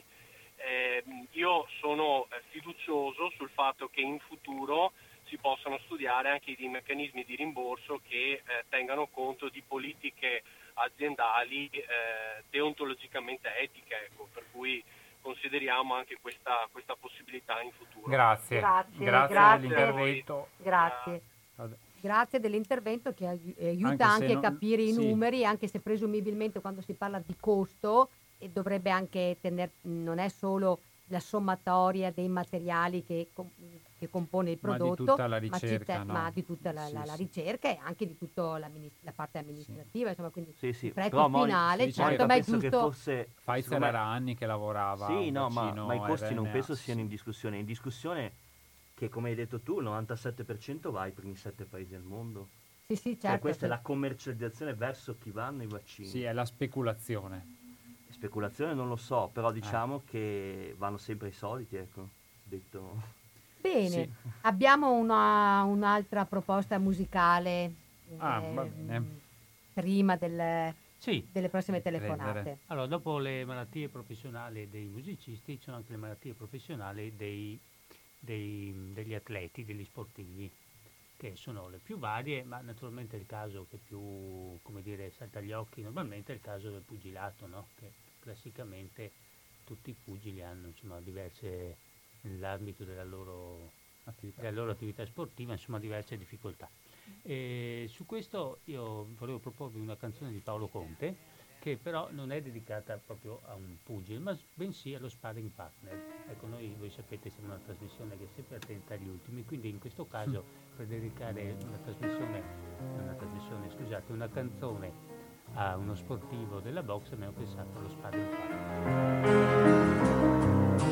Io sono fiducioso sul fatto che in futuro si possano studiare anche dei meccanismi di rimborso che tengano conto di politiche aziendali deontologicamente etiche, ecco, per cui consideriamo anche questa possibilità in futuro. Grazie dell'intervento. Grazie. Grazie dell'intervento che aiuta anche a capire i numeri, anche se presumibilmente quando si parla di costo dovrebbe anche non è solo la sommatoria dei materiali che compone il prodotto, ma di tutta la ricerca, ma di tutta la ricerca e anche di tutta la parte amministrativa, insomma, quindi il prezzo finale, certo, ma è giusto. Pfizer era anni che lavorava. Sì, no, ma i costi non penso siano in discussione. In discussione che, come hai detto tu, il 97% va ai primi 7 paesi al mondo. Sì, certo. Cioè, questa è la commercializzazione verso chi vanno i vaccini. Sì, è la speculazione. Speculazione non lo so, però diciamo che vanno sempre i soliti, ecco, detto. Bene, sì. Abbiamo un'altra proposta musicale va bene. Prima delle prossime telefonate. Allora, dopo le malattie professionali dei musicisti, ci sono anche le malattie professionali degli atleti, degli sportivi, che sono le più varie, ma naturalmente il caso che più, come dire, salta agli occhi normalmente è il caso del pugilato, no? Che classicamente tutti i pugili hanno, insomma, diverse, nell'ambito della loro attività sportiva, insomma, diverse difficoltà. E su questo io volevo proporvi una canzone di Paolo Conte, che però non è dedicata proprio a un pugile, ma bensì allo sparring partner. Ecco, noi, voi sapete, siamo una trasmissione che è sempre attenta agli ultimi, quindi in questo caso per dedicare scusate, una canzone a uno sportivo della box abbiamo pensato allo sparring partner.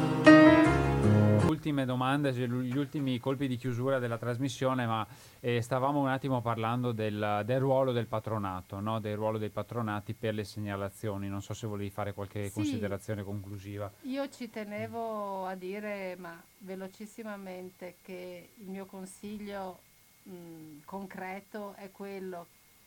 Ultime domande, gli ultimi colpi di chiusura della trasmissione, ma stavamo un attimo parlando del ruolo del patronato, no? Del ruolo dei patronati per le segnalazioni. Non so se volevi fare qualche considerazione conclusiva. Io ci tenevo a dire, ma velocissimamente, che il mio consiglio concreto è quello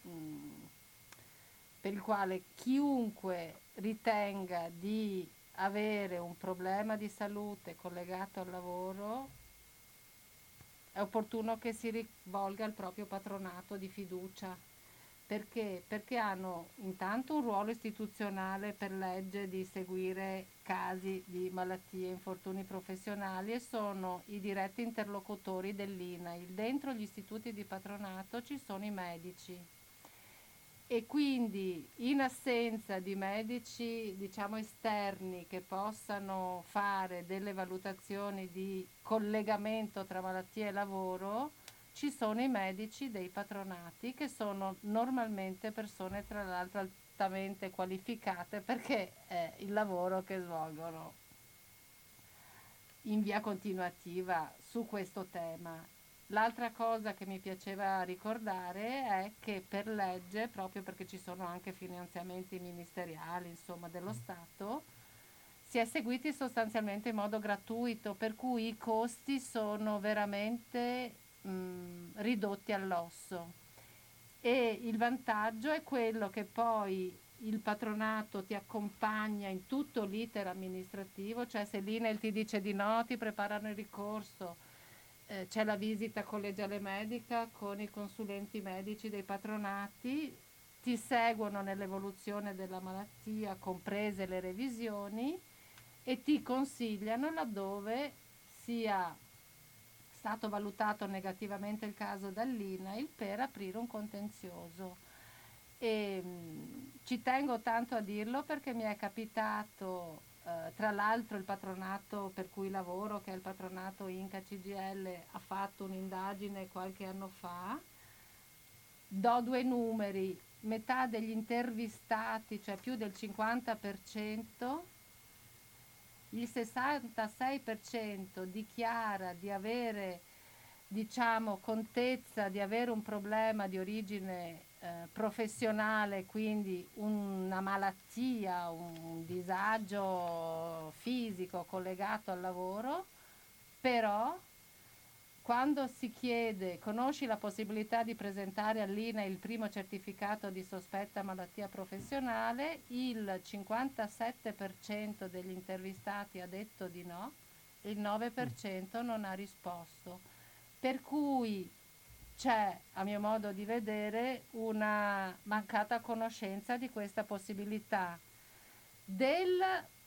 per il quale chiunque ritenga di avere un problema di salute collegato al lavoro è opportuno che si rivolga al proprio patronato di fiducia. Perché? Perché hanno intanto un ruolo istituzionale per legge di seguire casi di malattie e infortuni professionali e sono i diretti interlocutori dell'INAIL. Dentro gli istituti di patronato ci sono i medici. E quindi in assenza di medici, diciamo, esterni che possano fare delle valutazioni di collegamento tra malattia e lavoro, ci sono i medici dei patronati che sono normalmente persone tra l'altro altamente qualificate perché è il lavoro che svolgono in via continuativa su questo tema. L'altra cosa che mi piaceva ricordare è che per legge, proprio perché ci sono anche finanziamenti ministeriali, insomma, dello Stato, si è seguiti sostanzialmente in modo gratuito, per cui i costi sono veramente ridotti all'osso. E il vantaggio è quello che poi il patronato ti accompagna in tutto l'iter amministrativo, cioè se l'INAIL ti dice di no, ti preparano il ricorso. C'è la visita collegiale medica con i consulenti medici dei patronati, ti seguono nell'evoluzione della malattia, comprese le revisioni, e ti consigliano laddove sia stato valutato negativamente il caso dall'INAIL per aprire un contenzioso. E ci tengo tanto a dirlo perché mi è capitato, tra l'altro il patronato per cui lavoro, che è il patronato Inca CGL, ha fatto un'indagine qualche anno fa. Do due numeri: metà degli intervistati, cioè più del 50%, il 66% dichiara di avere, diciamo, contezza di avere un problema di origine professionale, quindi una malattia, un disagio fisico collegato al lavoro, però quando si chiede, conosci la possibilità di presentare all'INAIL il primo certificato di sospetta malattia professionale, il 57% degli intervistati ha detto di no, il 9% non ha risposto. Per cui c'è, a mio modo di vedere, una mancata conoscenza di questa possibilità. Del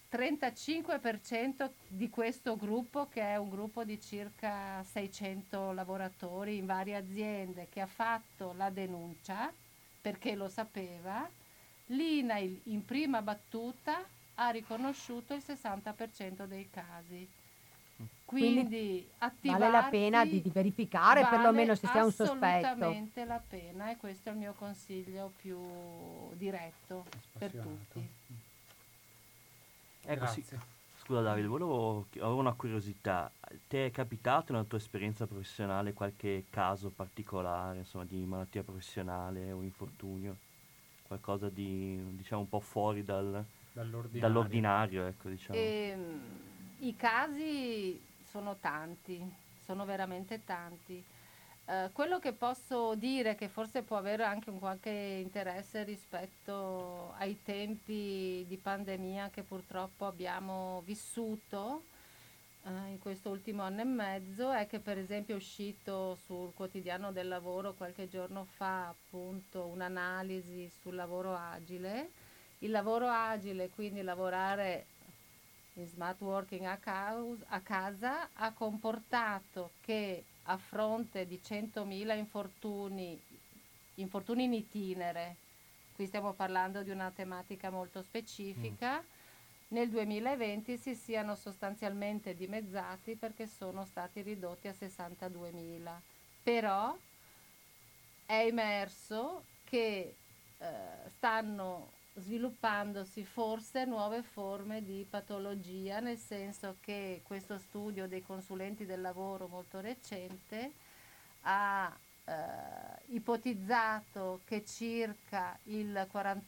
35% di questo gruppo, che è un gruppo di circa 600 lavoratori in varie aziende, che ha fatto la denuncia perché lo sapeva, l'INAIL in prima battuta ha riconosciuto il 60% dei casi. Quindi vale la pena di verificare vale perlomeno se si ha un sospetto. assolutamente la pena, e questo è il mio consiglio più diretto per tutti. Ecco, sì. Grazie. Scusa Davide, avevo una curiosità. Ti è capitato nella tua esperienza professionale qualche caso particolare, insomma, di malattia professionale o infortunio? Qualcosa di, diciamo, un po' fuori dall'ordinario, ecco, diciamo. I casi sono tanti, sono veramente tanti. Quello che posso dire, che forse può avere anche un qualche interesse rispetto ai tempi di pandemia che purtroppo abbiamo vissuto, in questo ultimo anno e mezzo è che, per esempio, è uscito sul Quotidiano del Lavoro qualche giorno fa appunto un'analisi sul lavoro agile. Il lavoro agile, quindi lavorare in smart working a casa, ha comportato che, a fronte di 100.000 infortuni in itinere, qui stiamo parlando di una tematica molto specifica, nel 2020 si siano sostanzialmente dimezzati, perché sono stati ridotti a 62.000. Però è emerso che stanno sviluppandosi forse nuove forme di patologia, nel senso che questo studio dei consulenti del lavoro molto recente ha ipotizzato che circa il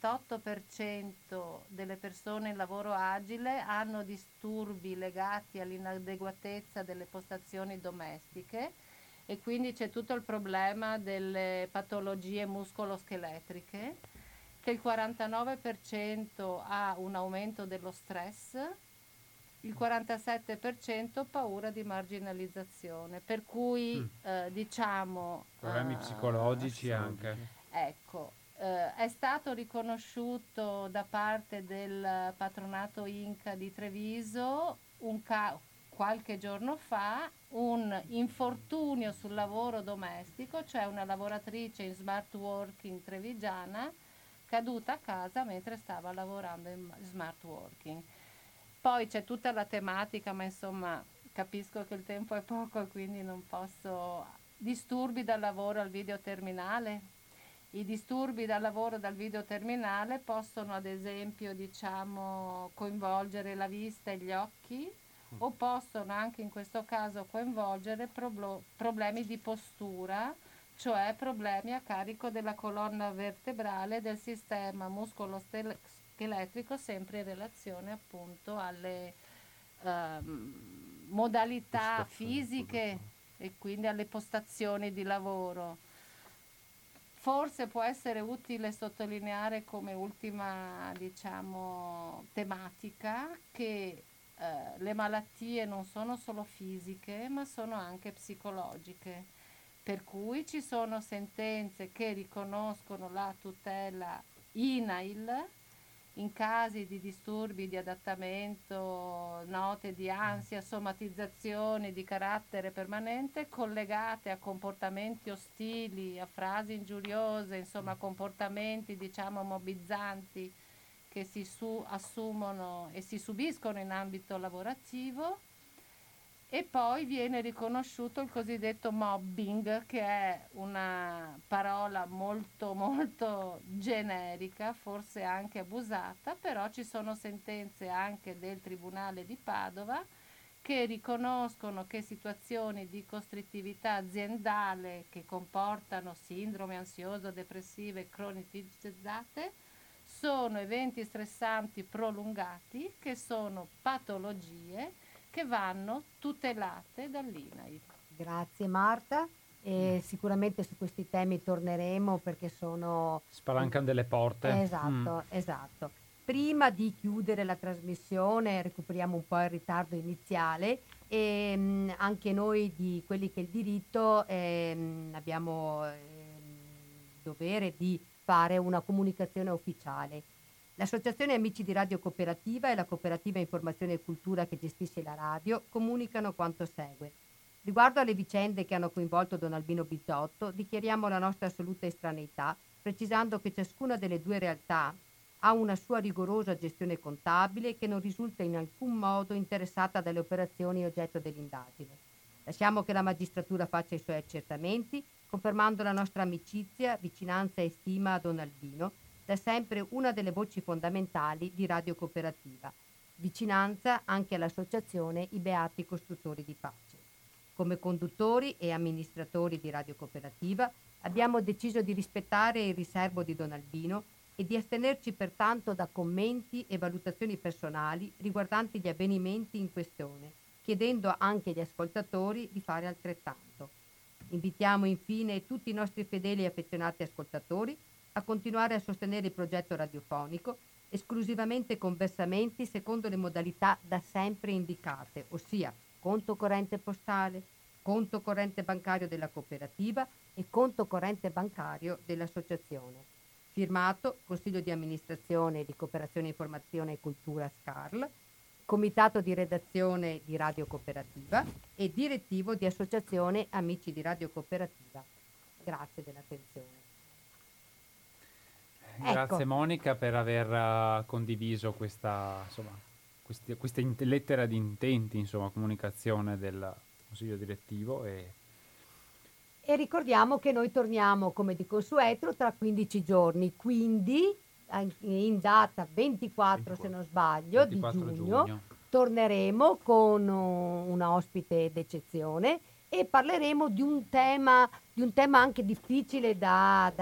48% delle persone in lavoro agile hanno disturbi legati all'inadeguatezza delle postazioni domestiche, e quindi c'è tutto il problema delle patologie muscoloscheletriche, che il 49% ha un aumento dello stress, il 47% paura di marginalizzazione, per cui diciamo Problemi psicologici anche. ecco, è stato riconosciuto da parte del patronato Inca di Treviso qualche giorno fa un infortunio sul lavoro domestico, cioè una lavoratrice in smart working trevigiana caduta a casa mentre stava lavorando in smart working. Poi c'è tutta la tematica, ma insomma capisco che il tempo è poco e quindi non posso. Disturbi dal lavoro al videoterminale. I disturbi dal lavoro dal videoterminale possono, ad esempio, coinvolgere la vista e gli occhi, o possono anche in questo caso coinvolgere problemi di postura, cioè problemi a carico della colonna vertebrale del sistema muscolo-scheletrico, sempre in relazione appunto alle modalità fisiche e quindi alle postazioni di lavoro. Forse può essere utile sottolineare come ultima, tematica, che le malattie non sono solo fisiche, ma sono anche psicologiche. Per cui ci sono sentenze che riconoscono la tutela INAIL in casi di disturbi di adattamento, note di ansia, somatizzazioni di carattere permanente collegate a comportamenti ostili, a frasi ingiuriose, insomma comportamenti mobbizzanti che si assumono e si subiscono in ambito lavorativo. E poi viene riconosciuto il cosiddetto mobbing, che è una parola molto molto generica, forse anche abusata, però ci sono sentenze anche del Tribunale di Padova che riconoscono che situazioni di costrittività aziendale che comportano sindrome ansioso-depressive cronicizzate sono eventi stressanti prolungati, che sono patologie che vanno tutelate dall'INAIL. Grazie Marta, e sicuramente su questi temi torneremo perché sono... Spalancano delle porte. Esatto. Prima di chiudere la trasmissione recuperiamo un po' il ritardo iniziale e anche noi di quelli che è il diritto abbiamo il dovere di fare una comunicazione ufficiale. L'Associazione Amici di Radio Cooperativa e la Cooperativa Informazione e Cultura che gestisce la radio comunicano quanto segue. Riguardo alle vicende che hanno coinvolto Don Albino Bizzotto, dichiariamo la nostra assoluta estraneità, precisando che ciascuna delle due realtà ha una sua rigorosa gestione contabile che non risulta in alcun modo interessata dalle operazioni oggetto dell'indagine. Lasciamo che la magistratura faccia i suoi accertamenti, confermando la nostra amicizia, vicinanza e stima a Don Albino, da sempre una delle voci fondamentali di Radio Cooperativa, vicinanza anche all'associazione I Beati Costruttori di Pace. Come conduttori e amministratori di Radio Cooperativa abbiamo deciso di rispettare il riserbo di Don Albino e di astenerci pertanto da commenti e valutazioni personali riguardanti gli avvenimenti in questione, chiedendo anche agli ascoltatori di fare altrettanto. Invitiamo infine tutti i nostri fedeli e affezionati ascoltatori a continuare a sostenere il progetto radiofonico esclusivamente con versamenti secondo le modalità da sempre indicate, ossia conto corrente postale, conto corrente bancario della cooperativa e conto corrente bancario dell'associazione. Firmato Consiglio di amministrazione di Cooperazione Informazione e Cultura SCARL, Comitato di redazione di Radio Cooperativa e direttivo di Associazione Amici di Radio Cooperativa. Grazie dell'attenzione. Grazie Ecco. Monica per aver condiviso questa lettera di intenti, insomma, comunicazione del Consiglio direttivo E ricordiamo che noi torniamo come di consueto tra 15 giorni, quindi in data 24 se non sbaglio 24 di giugno torneremo con una ospite d'eccezione e parleremo di un tema anche difficile da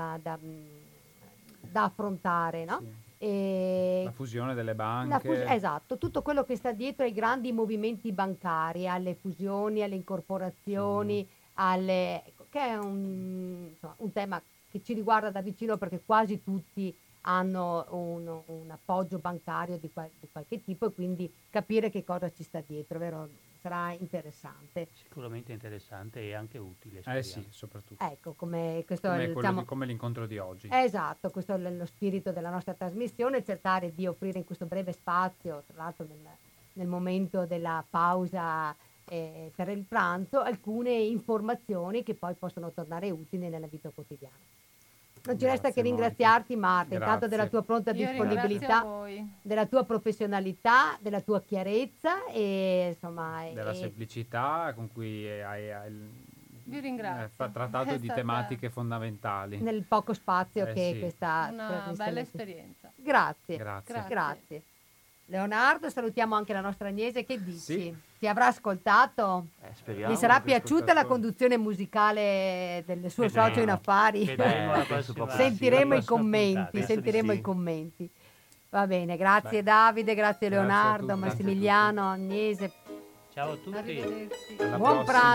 affrontare, no? Sì. E la fusione delle banche. esatto, tutto quello che sta dietro ai grandi movimenti bancari, alle fusioni, alle incorporazioni, che è un tema che ci riguarda da vicino perché quasi tutti hanno un appoggio bancario di qualche tipo e quindi capire che cosa ci sta dietro, vero? Sarà interessante. Sicuramente interessante e anche utile. Sì, soprattutto. Ecco, come questo come l'incontro di oggi. Esatto, questo è lo spirito della nostra trasmissione, cercare di offrire in questo breve spazio, tra l'altro nel momento della pausa per il pranzo, alcune informazioni che poi possono tornare utili nella vita quotidiana. Non ci resta che ringraziarti Marta, intanto della tua pronta disponibilità, della tua professionalità, della tua chiarezza e insomma della semplicità con cui hai vi ringrazio. Trattato di tematiche fondamentali nel poco spazio che sì. questa una bella esperienza. Grazie. Leonardo, salutiamo anche la nostra Agnese, che dici? Sì. Ti avrà ascoltato? Speriamo. Gli sarà piaciuta la conduzione musicale del suo socio in affari? Sentiremo i commenti. Va bene, grazie Davide, grazie Leonardo, Massimiliano, Agnese. Ciao a tutti. Arrivederci. Alla Buon prossima. pranzo.